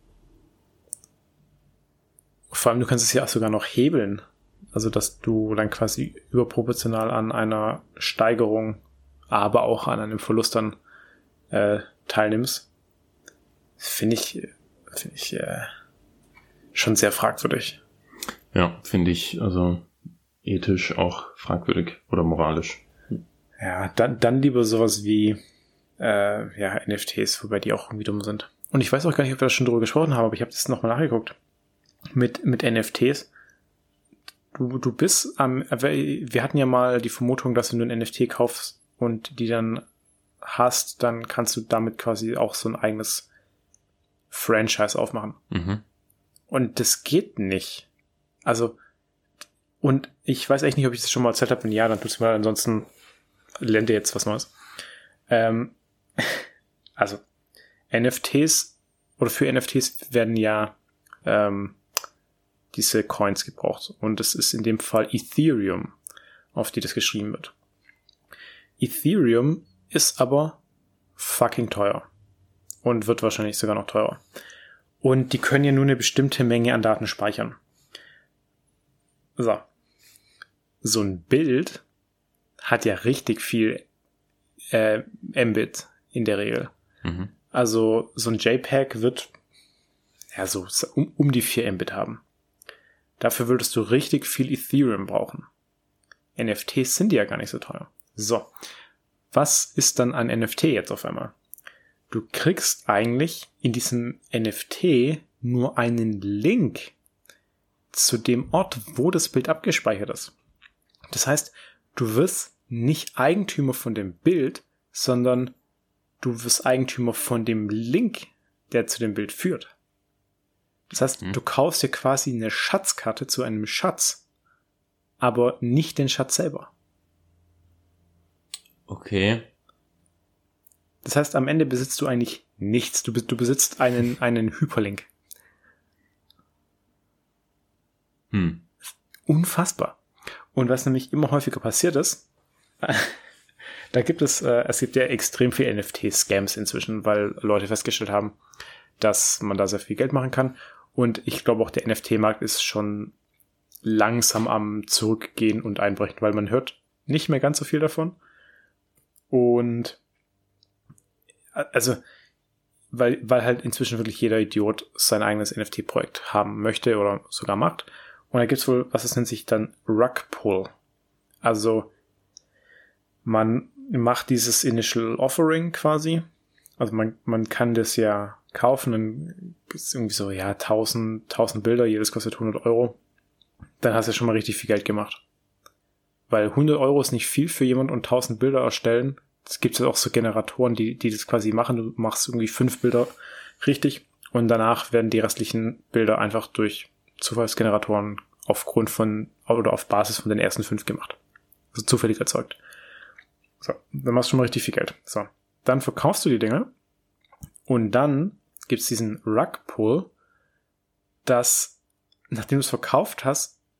Vor allem, du kannst es ja auch sogar noch hebeln. Also, dass du dann quasi überproportional an einer Steigerung, aber auch an einem Verlust dann äh, teilnimmst. Finde ich, finde ich äh, schon sehr fragwürdig. Ja, finde ich also ethisch auch fragwürdig oder moralisch. Ja, dann, dann lieber sowas wie äh, ja, N F Ts, wobei die auch irgendwie dumm sind. Und ich weiß auch gar nicht, ob wir da schon drüber gesprochen haben, aber ich habe das nochmal nachgeguckt. Mit, mit N F Ts. Du, du bist am, wir hatten ja mal die Vermutung, dass wenn du ein N F T kaufst und die dann hast, dann kannst du damit quasi auch so ein eigenes Franchise aufmachen. Mhm. Und das geht nicht. Also, und ich weiß echt nicht, ob ich das schon mal erzählt habe. Wenn ja, dann tut's mir, ansonsten lerne jetzt was Neues. Ähm, also, N F Ts oder für N F Ts werden ja ähm, diese Coins gebraucht. Und das ist in dem Fall Ethereum, auf die das geschrieben wird. Ethereum ist aber fucking teuer. Und wird wahrscheinlich sogar noch teurer. Und die können ja nur eine bestimmte Menge an Daten speichern. So. So ein Bild hat ja richtig viel äh, Mbit in der Regel. Mhm. Also so ein JPEG wird ja so um, um die vier Mbit haben. Dafür würdest du richtig viel Ethereum brauchen. N F Ts sind ja gar nicht so teuer. So. Was ist dann ein N F T jetzt auf einmal? Du kriegst eigentlich in diesem N F T nur einen Link zu dem Ort, wo das Bild abgespeichert ist. Das heißt, du wirst nicht Eigentümer von dem Bild, sondern du wirst Eigentümer von dem Link, der zu dem Bild führt. Das heißt, hm. du kaufst dir quasi eine Schatzkarte zu einem Schatz, aber nicht den Schatz selber. Okay. Das heißt, am Ende besitzt du eigentlich nichts. Du, du besitzt einen, einen Hyperlink. Hm. Unfassbar. Und was nämlich immer häufiger passiert ist, da gibt es, äh, es gibt ja extrem viel N F T-Scams inzwischen, weil Leute festgestellt haben, dass man da sehr viel Geld machen kann. Und ich glaube auch, der N F T-Markt ist schon langsam am Zurückgehen und Einbrechen, weil man hört nicht mehr ganz so viel davon. Und also, weil, weil halt inzwischen wirklich jeder Idiot sein eigenes N F T-Projekt haben möchte oder sogar macht. Und da gibt's wohl, was es nennt sich dann Rug Pull. Also, man macht dieses Initial Offering quasi. Also man, man kann das ja kaufen, dann ist irgendwie so, ja, tausend, tausend Bilder, jedes kostet hundert Euro. Dann hast du ja schon mal richtig viel Geld gemacht. Weil hundert Euro ist nicht viel für jemand und tausend Bilder erstellen. Es gibt ja auch so Generatoren, die, die das quasi machen. Du machst irgendwie fünf Bilder richtig und danach werden die restlichen Bilder einfach durch Zufallsgeneratoren aufgrund von, oder auf Basis von den ersten fünf gemacht. Also zufällig erzeugt. So, dann machst du schon mal richtig viel Geld. So, dann verkaufst du die Dinge und dann gibt's diesen Rug Pull, dass, nachdem du es verkauft hast,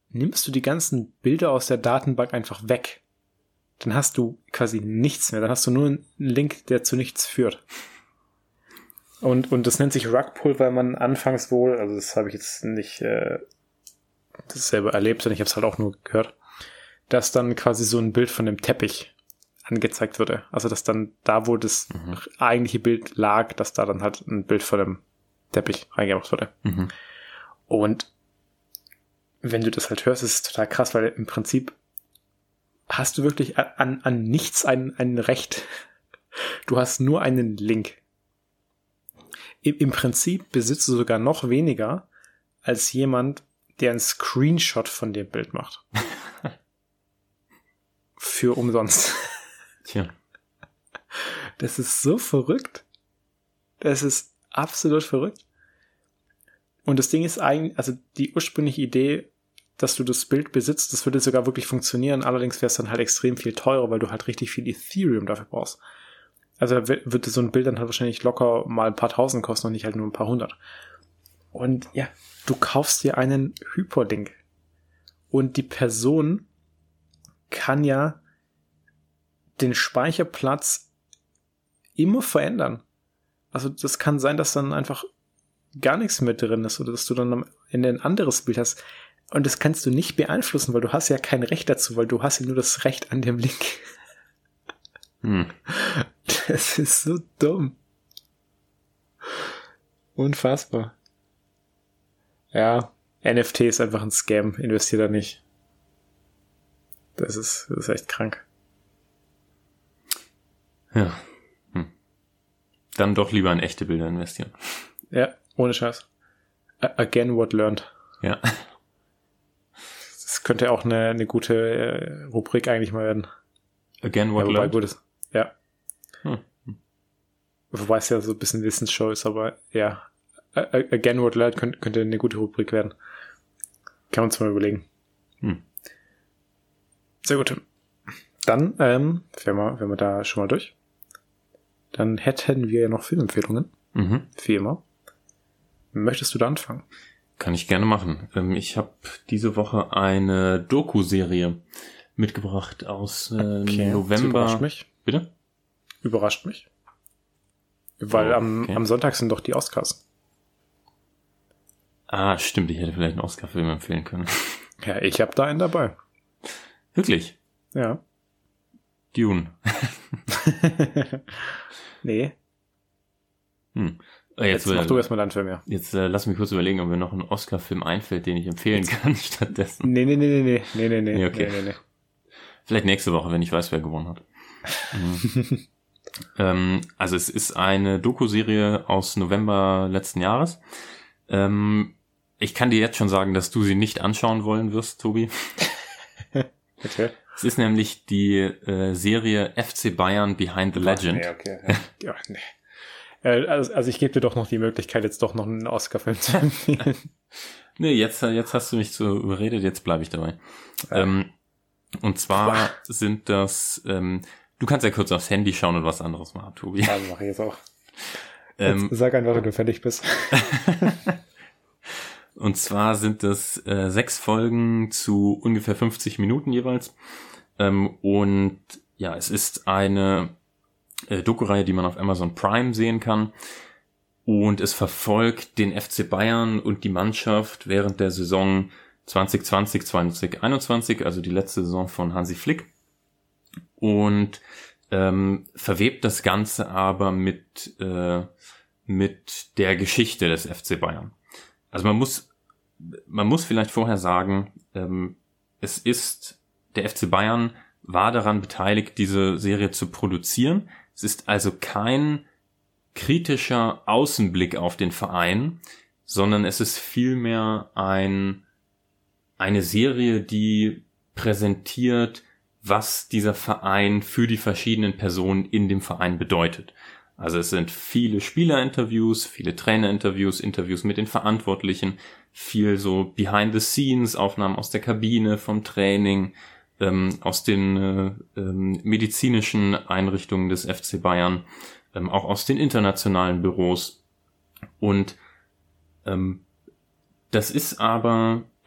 nimmst du die ganzen Bilder aus der Datenbank einfach weg. Dann hast du quasi nichts mehr. Dann hast du nur einen Link, der zu nichts führt. Und, und das nennt sich Rugpull, weil man anfangs wohl, also das habe ich jetzt nicht äh, das selber erlebt, sondern ich habe es halt auch nur gehört, dass dann quasi so ein Bild von dem Teppich angezeigt würde. Also dass dann da, wo das mhm. eigentliche Bild lag, dass da dann halt ein Bild von dem Teppich reingemacht wurde. Mhm. Und wenn du das halt hörst, ist es total krass, weil im Prinzip hast du wirklich an, an nichts ein, ein Recht. Du hast nur einen Link. Im, Im Prinzip besitzt du sogar noch weniger als jemand, der einen Screenshot von dem Bild macht. Für umsonst. Tja. Das ist so verrückt. Das ist absolut verrückt. Und das Ding ist eigentlich, also die ursprüngliche Idee, dass du das Bild besitzt, das würde sogar wirklich funktionieren. Allerdings wäre es dann halt extrem viel teurer, weil du halt richtig viel Ethereum dafür brauchst. Also da würde so ein Bild dann halt wahrscheinlich locker mal ein paar tausend kosten und nicht halt nur ein paar hundert. Und ja, du kaufst dir einen Hyperlink. Und die Person kann ja den Speicherplatz immer verändern. Also das kann sein, dass dann einfach gar nichts mehr drin ist oder dass du dann am Ende ein anderes Bild hast. Und das kannst du nicht beeinflussen, weil du hast ja kein Recht dazu, weil du hast ja nur das Recht an dem Link. Hm. Das ist so dumm. Unfassbar. Ja, N F T ist einfach ein Scam. Investier da nicht. Das ist, das ist echt krank. Ja. Hm. Dann doch lieber in echte Bilder investieren. Ja, ohne Scheiß. Again what learned. Ja. Das könnte auch eine, eine gute äh, Rubrik eigentlich mal werden. Again what ja, learned? Gut ist. Ja. Hm. Wobei es ja so ein bisschen Wissensshow ist, aber ja. Again what learned könnte, könnte eine gute Rubrik werden. Kann man uns mal überlegen. Hm. Sehr gut. Dann ähm, wären wir, wären wir da schon mal durch. Dann hätten wir ja noch Filmempfehlungen. Mhm. Wie immer. Möchtest du da anfangen? Kann ich gerne machen. Ich habe diese Woche eine Doku-Serie mitgebracht aus äh, okay. November. Überrascht mich. Bitte? Überrascht mich. Weil oh, am, okay. am Sonntag sind doch die Oscars. Ah, stimmt. Ich hätte vielleicht einen Oscar-Film empfehlen können. Ja, ich habe da einen dabei. Wirklich? Ja. Dune. Nee. Hm. Jetzt, jetzt mach du erstmal deinen Film, ja. Jetzt äh, lass mich kurz überlegen, ob mir noch ein Oscar-Film einfällt, den ich empfehlen kann stattdessen. Nee, nee, nee, nee, nee, nee, nee, nee, okay. nee, nee, nee. Vielleicht nächste Woche, wenn ich weiß, wer gewonnen hat. mhm. ähm, also es ist eine Doku-Serie aus November letzten Jahres. Ähm, ich kann dir jetzt schon sagen, dass du sie nicht anschauen wollen wirst, Tobi. Okay. Es ist nämlich die äh, Serie F C Bayern Behind the Legend. Ach, nee, okay. Ja, nee. Also, also ich gebe dir doch noch die Möglichkeit, jetzt doch noch einen Oscar-Film zu empfehlen. Nee, jetzt, jetzt hast du mich so überredet, jetzt bleibe ich dabei. Ja. Ähm, und zwar Boah. sind das, ähm, du kannst ja kurz aufs Handy schauen und was anderes machen, Tobi. Ja, mache ich jetzt auch. Ähm, jetzt sag einfach, wenn du fertig bist. Und zwar sind das äh, sechs Folgen zu ungefähr fünfzig Minuten jeweils. Ähm, und ja, es ist eine äh, Doku-Reihe, die man auf Amazon Prime sehen kann. Und es verfolgt den F C Bayern und die Mannschaft während der Saison zwanzig zwanzig, zwanzig einundzwanzig, also die letzte Saison von Hansi Flick. Und ähm, verwebt das Ganze aber mit, äh, mit der Geschichte des F C Bayern. Also man muss, man muss vielleicht vorher sagen, ähm, es ist, der F C Bayern war daran beteiligt, diese Serie zu produzieren. Es ist also kein kritischer Außenblick auf den Verein, sondern es ist vielmehr ein, eine Serie, die präsentiert, was dieser Verein für die verschiedenen Personen in dem Verein bedeutet. Also es sind viele Spielerinterviews, viele Trainerinterviews, Interviews mit den Verantwortlichen, viel so Behind-the-Scenes-Aufnahmen aus der Kabine, vom Training, ähm, aus den äh, ähm, medizinischen Einrichtungen des F C Bayern, ähm, auch aus den internationalen Büros. Und ähm, das ist aber,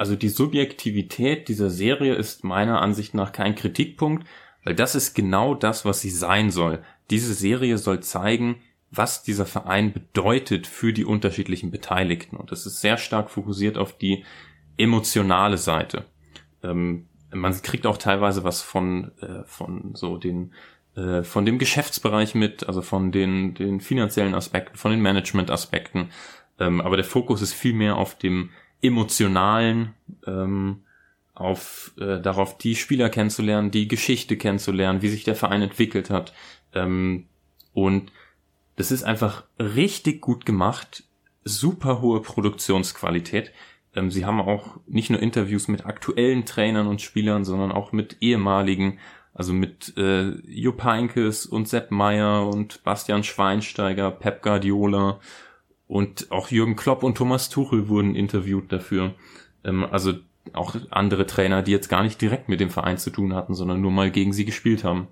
also die Subjektivität dieser Serie ist meiner Ansicht nach kein Kritikpunkt, weil das ist genau das, was sie sein soll. Diese Serie soll zeigen, was dieser Verein bedeutet für die unterschiedlichen Beteiligten. Und das ist sehr stark fokussiert auf die emotionale Seite. Ähm, man kriegt auch teilweise was von, äh, von so den, äh, von dem Geschäftsbereich mit, also von den, den finanziellen Aspekten, von den Management-Aspekten. Ähm, aber der Fokus ist viel mehr auf dem emotionalen, ähm, auf äh, darauf die Spieler kennenzulernen, die Geschichte kennenzulernen, wie sich der Verein entwickelt hat. Ähm, und das ist einfach richtig gut gemacht, super hohe Produktionsqualität. Ähm, sie haben auch nicht nur Interviews mit aktuellen Trainern und Spielern, sondern auch mit ehemaligen, also mit äh, Jupp Heynckes und Sepp Maier und Bastian Schweinsteiger, Pep Guardiola und auch Jürgen Klopp und Thomas Tuchel wurden interviewt dafür. Ähm, also auch andere Trainer, die jetzt gar nicht direkt mit dem Verein zu tun hatten, sondern nur mal gegen sie gespielt haben.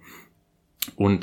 Und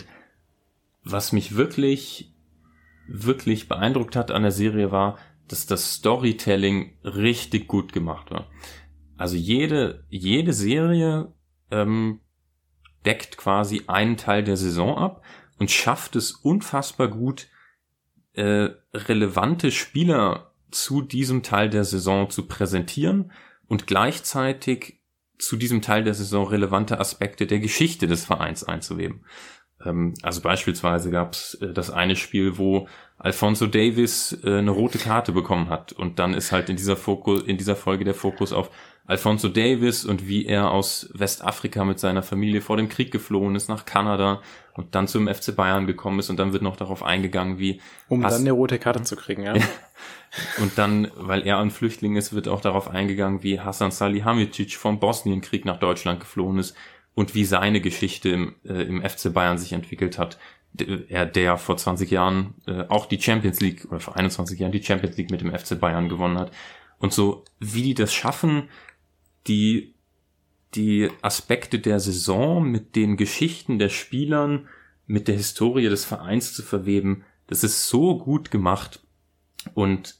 was mich wirklich, wirklich beeindruckt hat an der Serie war, dass das Storytelling richtig gut gemacht war. Also jede, jede Serie ähm, deckt quasi einen Teil der Saison ab und schafft es unfassbar gut, äh, relevante Spieler zu diesem Teil der Saison zu präsentieren und gleichzeitig zu diesem Teil der Saison relevante Aspekte der Geschichte des Vereins einzuweben. Ähm, also beispielsweise gab es äh, das eine Spiel, wo Alphonso Davies äh, eine rote Karte bekommen hat und dann ist halt in dieser Fokus, in dieser Folge der Fokus auf Alphonso Davies und wie er aus Westafrika mit seiner Familie vor dem Krieg geflohen ist nach Kanada und dann zum F C Bayern gekommen ist und dann wird noch darauf eingegangen, wie... Um Hass- dann eine rote Karte zu kriegen, ja. Und dann, weil er ein Flüchtling ist, wird auch darauf eingegangen, wie Hasan Salihamidzic vom Bosnienkrieg nach Deutschland geflohen ist und wie seine Geschichte im, äh, im F C Bayern sich entwickelt hat. Er, der vor zwanzig Jahren äh, auch die Champions League, oder vor einundzwanzig Jahren die Champions League mit dem F C Bayern gewonnen hat. Und so, wie die das schaffen, die, die Aspekte der Saison mit den Geschichten der Spielern, mit der Historie des Vereins zu verweben, das ist so gut gemacht. Und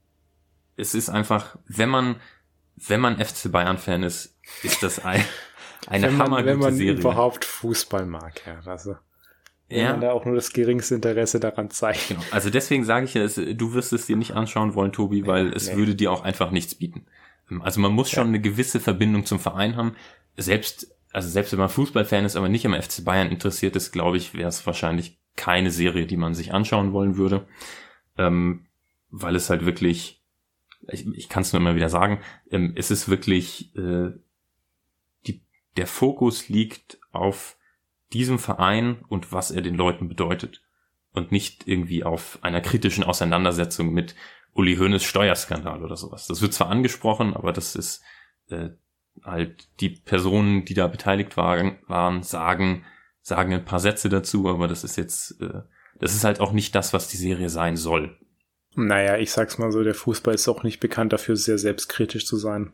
es ist einfach, wenn man, wenn man F C Bayern-Fan ist, ist das ein, eine wenn man, hammergute wenn man Serie. Überhaupt Fußball mag, ja. Also, wenn ja. man da auch nur das geringste Interesse daran zeigt. Genau. Also deswegen sage ich ja, es, du wirst es dir nicht anschauen wollen, Tobi, weil nee, es nee. würde dir auch einfach nichts bieten. Also man muss schon ja. eine gewisse Verbindung zum Verein haben. Selbst, also selbst wenn man Fußballfan ist, aber nicht am F C Bayern interessiert ist, glaube ich, wäre es wahrscheinlich keine Serie, die man sich anschauen wollen würde. Ähm, weil es halt wirklich, ich, ich kann es nur immer wieder sagen, ähm, es ist wirklich, äh, die, der Fokus liegt auf diesem Verein und was er den Leuten bedeutet und nicht irgendwie auf einer kritischen Auseinandersetzung mit Uli Hoeneß Steuerskandal oder sowas. Das wird zwar angesprochen, aber das ist äh, halt die Personen, die da beteiligt waren, waren sagen, sagen ein paar Sätze dazu, aber das ist jetzt, äh, das ist halt auch nicht das, was die Serie sein soll. Naja, ich sag's mal so, der Fußball ist auch nicht bekannt dafür, sehr selbstkritisch zu sein.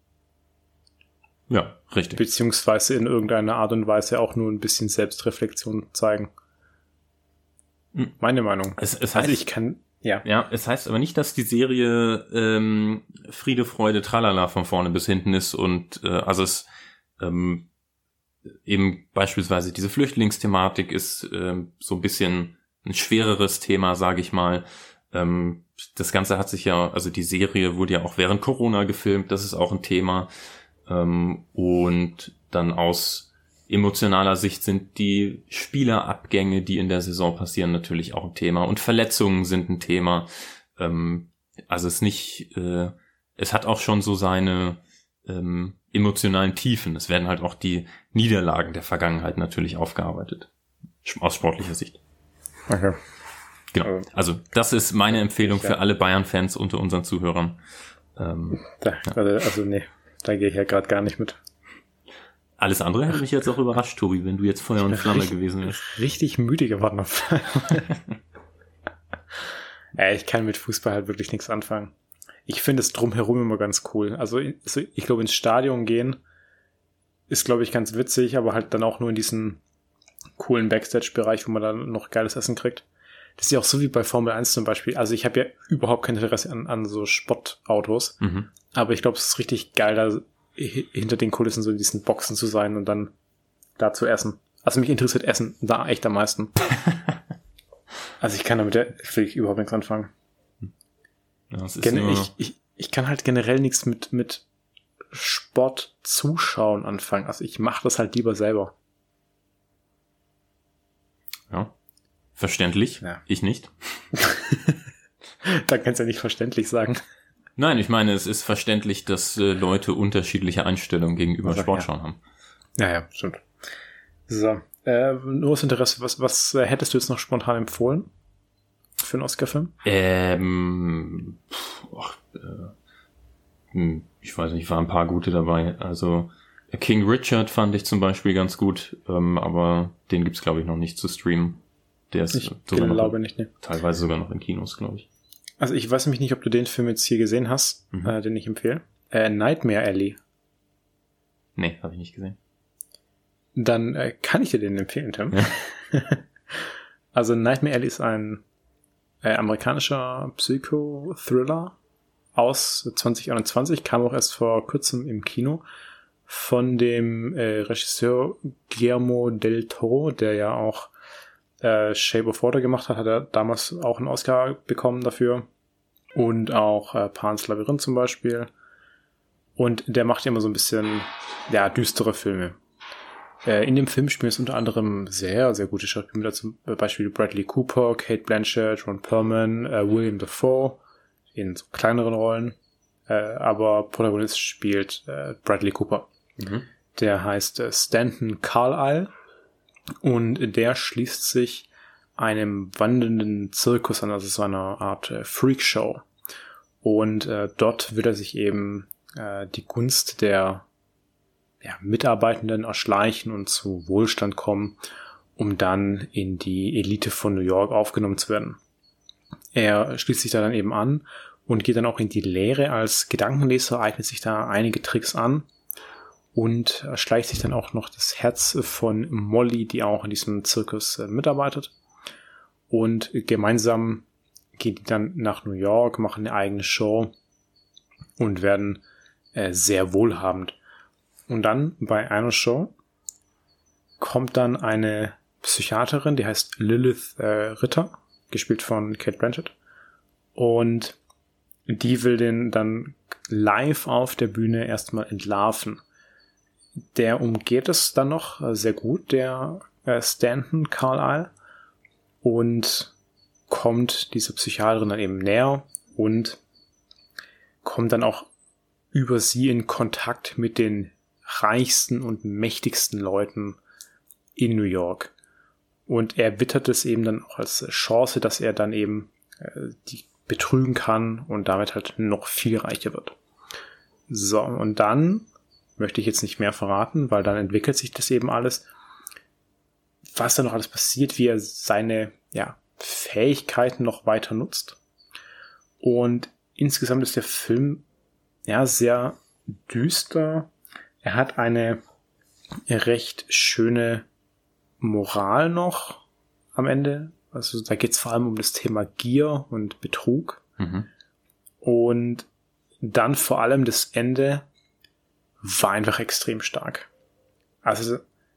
Ja, richtig. Beziehungsweise in irgendeiner Art und Weise auch nur ein bisschen Selbstreflexion zeigen. Hm. Meine Meinung. Es, es heißt, also ich kann, ja. Ja, es heißt aber nicht, dass die Serie ähm, Friede, Freude, Tralala von vorne bis hinten ist und äh, also es ähm, eben beispielsweise diese Flüchtlingsthematik ist ähm, so ein bisschen ein schwereres Thema, sage ich mal. Ähm, das Ganze hat sich ja, also die Serie wurde ja auch während Corona gefilmt, das ist auch ein Thema. Ähm, und dann aus emotionaler Sicht sind die Spielerabgänge, die in der Saison passieren, natürlich auch ein Thema. Und Verletzungen sind ein Thema. Ähm, also es nicht, äh, es hat auch schon so seine ähm, emotionalen Tiefen. Es werden halt auch die Niederlagen der Vergangenheit natürlich aufgearbeitet. Aus sportlicher Sicht. Okay. Genau. Also das ist meine Empfehlung für alle Bayern-Fans unter unseren Zuhörern. Ähm, da, ja. Also nee, da gehe ich ja gerade gar nicht mit. Alles andere hätte mich jetzt auch überrascht, Tobi, wenn du jetzt Feuer und Flamme richtig, gewesen wärst. Richtig müde geworden auf ja, ich kann mit Fußball halt wirklich nichts anfangen. Ich finde es drumherum immer ganz cool. Also ich glaube, ins Stadion gehen ist, glaube ich, ganz witzig, aber halt dann auch nur in diesem coolen Backstage-Bereich, wo man dann noch geiles Essen kriegt. das ist ja auch so wie bei Formel eins zum Beispiel. Also ich habe ja überhaupt kein Interesse an, an so Spottautos. Mhm. Aber ich glaube, es ist richtig geil, da hinter den Kulissen so in diesen Boxen zu sein und dann da zu essen. Also mich interessiert Essen da echt am meisten. Also ich kann damit ja wirklich überhaupt nichts anfangen. Ja, das ist Gen- nur... ich, ich, ich kann halt generell nichts mit, mit Sport zuschauen anfangen. Also ich mache das halt lieber selber. Ja, verständlich. Ja. Ich nicht. Da kannst du ja nicht verständlich sagen. Nein, ich meine, es ist verständlich, dass äh, Leute unterschiedliche Einstellungen gegenüber also, Sportschauen ja. haben. Ja, ja, stimmt. So, äh, nur aus Interesse, was, was äh, hättest du jetzt noch spontan empfohlen für einen Oscar-Film? Ähm, pff, och, äh, hm, ich weiß nicht, waren ein paar gute dabei. Also King Richard fand ich zum Beispiel ganz gut, ähm, aber den gibt's glaube ich noch nicht zu streamen. Der ist ich sogar glaube noch, nicht, ne. teilweise sogar noch in Kinos, glaube ich. Also ich weiß nämlich nicht, ob du den Film jetzt hier gesehen hast, mhm. äh, den ich empfehle. Äh, Nightmare Alley. Nee, habe ich nicht gesehen. Dann äh, kann ich dir den empfehlen, Tim. Ja. Also Nightmare Alley ist ein äh, amerikanischer Psycho-Thriller aus zwanzig einundzwanzig, kam auch erst vor kurzem im Kino von dem äh, Regisseur Guillermo del Toro, der ja auch äh, Shape of Water gemacht hat, hat er damals auch einen Oscar bekommen dafür. Und auch äh, Pan's Labyrinth zum Beispiel. Und der macht immer so ein bisschen, ja, düstere Filme. Äh, in dem Film spielen es unter anderem sehr, sehr gute Schauspieler, zum Beispiel Bradley Cooper, Cate Blanchett, Ron Perlman, äh, William Dafoe in so kleineren Rollen. Äh, aber Protagonist spielt äh, Bradley Cooper. Mhm. Der heißt äh, Stanton Carlyle. Und der schließt sich einem wandelnden Zirkus an, also so einer Art äh, Freakshow. Und äh, dort wird er sich eben äh, die Gunst der ja, Mitarbeitenden erschleichen und zu Wohlstand kommen, um dann in die Elite von New York aufgenommen zu werden. Er schließt sich da dann eben an und geht dann auch in die Lehre als Gedankenleser, eignet sich da einige Tricks an und erschleicht sich dann auch noch das Herz von Molly, die auch in diesem Zirkus äh, mitarbeitet. Und gemeinsam gehen die dann nach New York, machen eine eigene Show und werden äh, sehr wohlhabend. Und dann bei einer Show kommt dann eine Psychiaterin, die heißt Lilith äh, Ritter, gespielt von Cate Blanchett. Und die will den dann live auf der Bühne erstmal entlarven. Der umgeht es dann noch äh, sehr gut, der äh, Stanton Carlyle. Und kommt dieser Psychiaterin dann eben näher und kommt dann auch über sie in Kontakt mit den reichsten und mächtigsten Leuten in New York. Und er wittert es eben dann auch als Chance, dass er dann eben äh, die betrügen kann und damit halt noch viel reicher wird. So, und dann möchte ich jetzt nicht mehr verraten, weil dann entwickelt sich das eben alles. Was da noch alles passiert, wie er seine ja, Fähigkeiten noch weiter nutzt. Und insgesamt ist der Film ja sehr düster. Er hat eine recht schöne Moral noch am Ende. Also da geht es vor allem um das Thema Gier und Betrug. Mhm. Und dann vor allem das Ende war einfach extrem stark. Also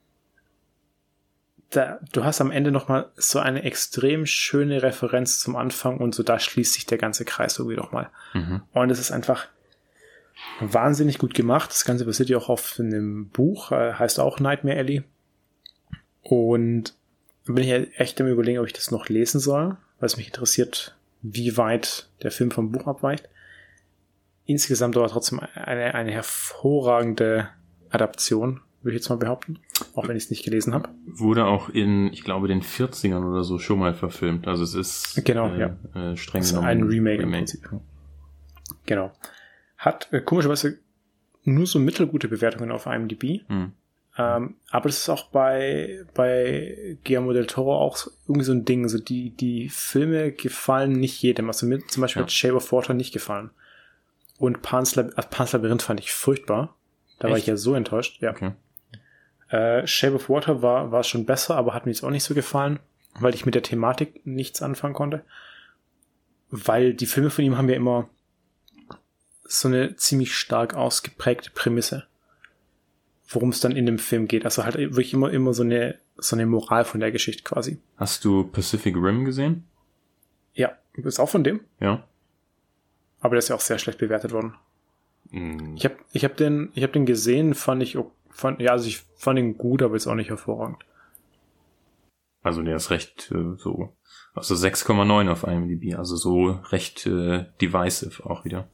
Da, du hast am Ende nochmal so eine extrem schöne Referenz zum Anfang und so da schließt sich der ganze Kreis irgendwie nochmal. Mhm. Und es ist einfach wahnsinnig gut gemacht. Das Ganze basiert ja auch auf einem Buch, äh, heißt auch Nightmare Alley. Und da bin ich ja echt am Überlegen, ob ich das noch lesen soll, weil es mich interessiert, wie weit der Film vom Buch abweicht. Insgesamt aber trotzdem eine, eine hervorragende Adaption, würde ich jetzt mal behaupten, auch wenn ich es nicht gelesen habe. Wurde auch in, ich glaube, den vierzigern oder so schon mal verfilmt. Also es ist genau, äh, ja. äh, streng das ist genommen ein Remake, Remake. Im Prinzip. Genau. Hat äh, komischerweise nur so mittelgute Bewertungen auf IMDb. Hm. Ähm, aber das ist auch bei bei Guillermo del Toro auch so, irgendwie so ein Ding. Also die die Filme gefallen nicht jedem. Also mir zum Beispiel ja. hat Shape of Water nicht gefallen. Und Pan's, Lab- also Pan's Labyrinth fand ich furchtbar. Da Echt? war ich ja so enttäuscht. Ja. Okay. Äh, Shape of Water war war schon besser, aber hat mir jetzt auch nicht so gefallen. weil ich mit der Thematik nichts anfangen konnte. Weil die Filme von ihm haben ja immer so eine ziemlich stark ausgeprägte Prämisse, worum es dann in dem Film geht. Also halt wirklich immer, immer so eine, so eine Moral von der Geschichte quasi. Hast du Pacific Rim gesehen? Ja, ist auch von dem. Ja. Aber der ist ja auch sehr schlecht bewertet worden. Mm. Ich habe ich hab den, ich hab den gesehen, fand ich, fand, ja, also ich fand ihn gut, aber ist auch nicht hervorragend. Also der ist recht äh, so, also sechs Komma neun auf IMDb, also so recht äh, divisive auch wieder.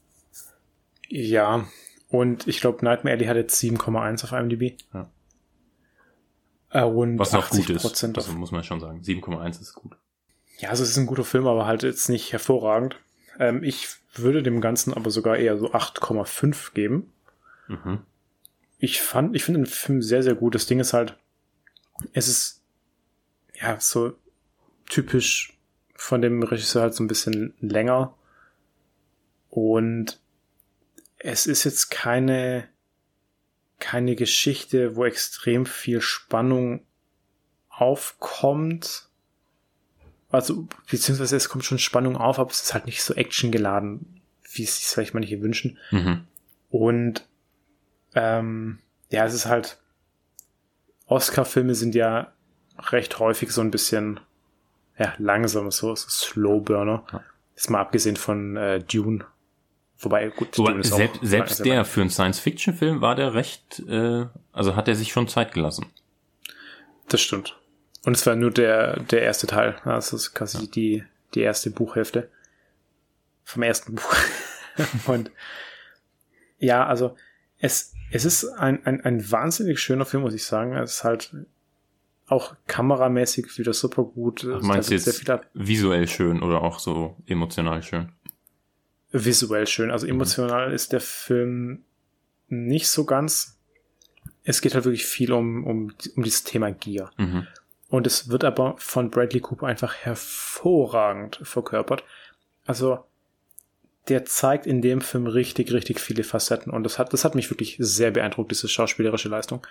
Ja, und ich glaube, Nightmare Alley hat jetzt sieben Komma eins auf IMDb. Ja. Äh, und was noch gut ist, also auf, muss man schon sagen. sieben Komma eins ist gut. Ja, also es ist ein guter Film, aber halt jetzt nicht hervorragend. Ähm, ich würde dem Ganzen aber sogar eher so acht Komma fünf geben. Mhm. Ich fand, ich finde den Film sehr, sehr gut. Das Ding ist halt, es ist ja so typisch von dem Regisseur halt so ein bisschen länger. Und es ist jetzt keine, keine Geschichte, wo extrem viel Spannung aufkommt. Also, beziehungsweise es kommt schon Spannung auf, aber es ist halt nicht so actiongeladen, wie es sich vielleicht manche wünschen. Mhm. Und ähm, ja, es ist halt, Oscar-Filme sind ja recht häufig so ein bisschen ja, langsam, so, so Slow-Burner. Ja. Ist mal abgesehen von äh, Dune. Wobei, gut, Wobei, Dune ist selbst, auch selbst der für einen Science-Fiction-Film war der recht, äh, also hat er sich schon Zeit gelassen. Das stimmt. Und es war nur der, der erste Teil. Das ist quasi ja. die, die erste Buchhälfte vom ersten Buch. Und ja, also es, es ist ein, ein, ein wahnsinnig schöner Film, muss ich sagen. Es ist halt auch kameramäßig wieder super gut. Ach, meinst du jetzt visuell schön oder auch so emotional schön? Visuell schön. Also emotional mhm. ist der Film nicht so ganz. Es geht halt wirklich viel um, um, um dieses Thema Gier. Mhm. Und es wird aber von Bradley Cooper einfach hervorragend verkörpert. Also der zeigt in dem Film richtig, richtig viele Facetten. Und das hat, das hat mich wirklich sehr beeindruckt, diese schauspielerische Leistung.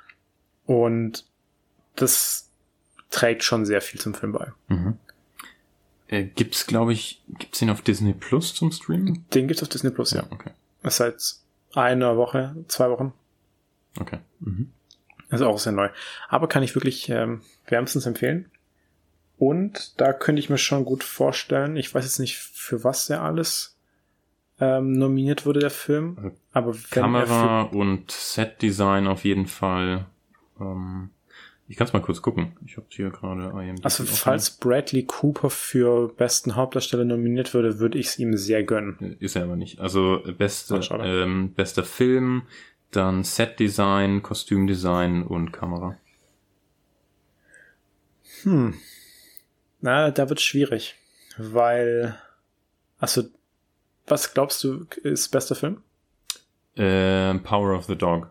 Und das trägt schon sehr viel zum Film bei. Mhm. Äh, gibt's, glaube ich, gibt's den auf Disney Plus zum Streamen? Den gibt's auf Disney Plus, ja. ja. Okay. Seit einer Woche, zwei Wochen. Okay. Mhm. Also auch sehr neu. Aber kann ich wirklich ähm, wärmstens empfehlen. Und da könnte ich mir schon gut vorstellen, ich weiß jetzt nicht, für was der alles ähm, nominiert wurde, der Film. Aber wenn Kamera er für und Set-Design auf jeden Fall. Ähm, ich kann es mal kurz gucken. Ich habe hier gerade I M D B. Also falls Bradley Cooper für besten Hauptdarsteller nominiert würde, würde ich es ihm sehr gönnen. Ist er aber nicht. Also beste, ähm, bester Film, dann Set-Design, Kostümdesign und Kamera. Hm. Na, da wird schwierig. Weil, also, was glaubst du, ist bester Film? Äh, Power of the Dog.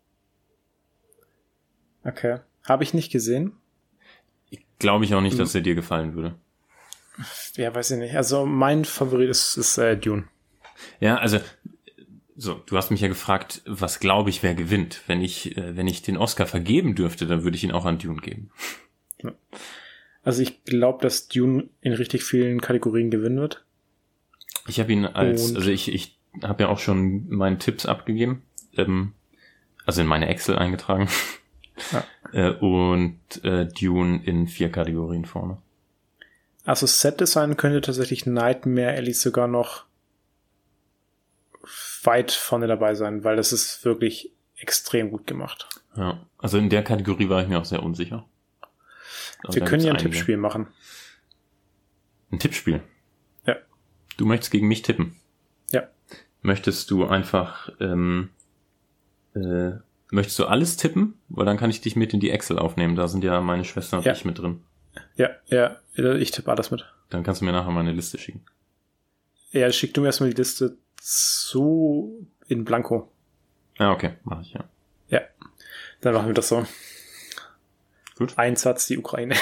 Okay. Habe ich nicht gesehen. Glaube ich auch nicht, dass er dir gefallen würde. Ja, weiß ich nicht. Also mein Favorit ist, ist äh, Dune. Ja, also so, du hast mich ja gefragt, was glaube ich, wer gewinnt. Wenn ich, äh, wenn ich den Oscar vergeben dürfte, dann würde ich ihn auch an Dune geben. Ja. Also ich glaube, dass Dune in richtig vielen Kategorien gewinnen wird. Ich habe ihn als, Und also ich, ich habe ja auch schon meine Tipps abgegeben, ähm, also in meine Excel eingetragen. Ja. Äh, und äh, Dune in vier Kategorien vorne. Also Set-Design könnte tatsächlich Nightmare Alley sogar noch weit vorne dabei sein, weil das ist wirklich extrem gut gemacht. Ja, also in der Kategorie war ich mir auch sehr unsicher. Aber wir können ja ein einige. Tippspiel machen. Ein Tippspiel? Ja. Du möchtest gegen mich tippen? Ja. Möchtest du einfach, ähm, äh, möchtest du alles tippen? Weil dann kann ich dich mit in die Excel aufnehmen. Da sind ja meine Schwester und ja. ich mit drin. Ja, ja, ich tippe alles mit. Dann kannst du mir nachher mal eine Liste schicken. Ja, schick du mir erstmal die Liste zu in Blanko. Ah, okay, mache ich, ja. Ja, dann machen wir das so. Gut. Einsatz die Ukraine.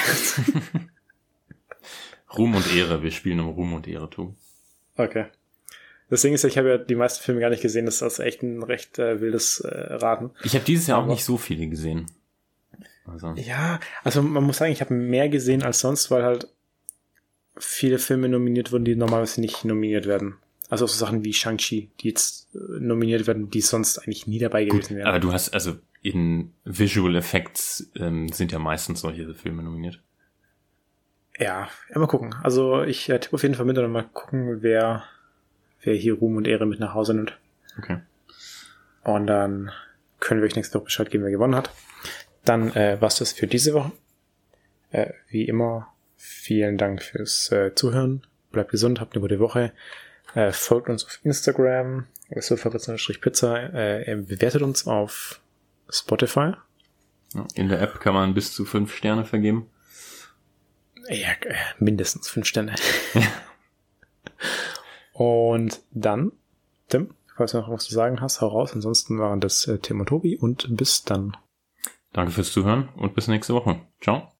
Ruhm und Ehre, wir spielen um Ruhm und Ehre, tu. Okay. Das Ding ist, ich habe ja die meisten Filme gar nicht gesehen, das ist also echt ein recht äh, wildes äh, Raten. Ich habe dieses Jahr Aber auch nicht so viele gesehen. Also. Ja, also man muss sagen, ich habe mehr gesehen als sonst, weil halt viele Filme nominiert wurden, die normalerweise nicht nominiert werden. Also so Sachen wie Shang-Chi, die jetzt nominiert werden, die sonst eigentlich nie dabei gewesen Gut, wären. Aber du hast, also in Visual Effects ähm, sind ja meistens solche Filme nominiert. Ja, ja, mal gucken. Also ich äh, tippe auf jeden Fall mit und mal gucken, wer, wer hier Ruhm und Ehre mit nach Hause nimmt. Okay. Und dann können wir euch nächste Woche Bescheid geben, wer gewonnen hat. Dann äh, war's das für diese Woche. Äh, wie immer, vielen Dank fürs äh, Zuhören. Bleibt gesund, habt eine gute Woche. Äh, folgt uns auf Instagram, sofaritz-pizza, äh, bewertet uns auf Spotify. In der App kann man bis zu fünf Sterne vergeben. Ja, äh, mindestens fünf Sterne. Und dann, Tim, falls du noch was zu sagen hast, hau raus. Ansonsten waren das äh, Tim und Tobi und bis dann. Danke fürs Zuhören und bis nächste Woche. Ciao.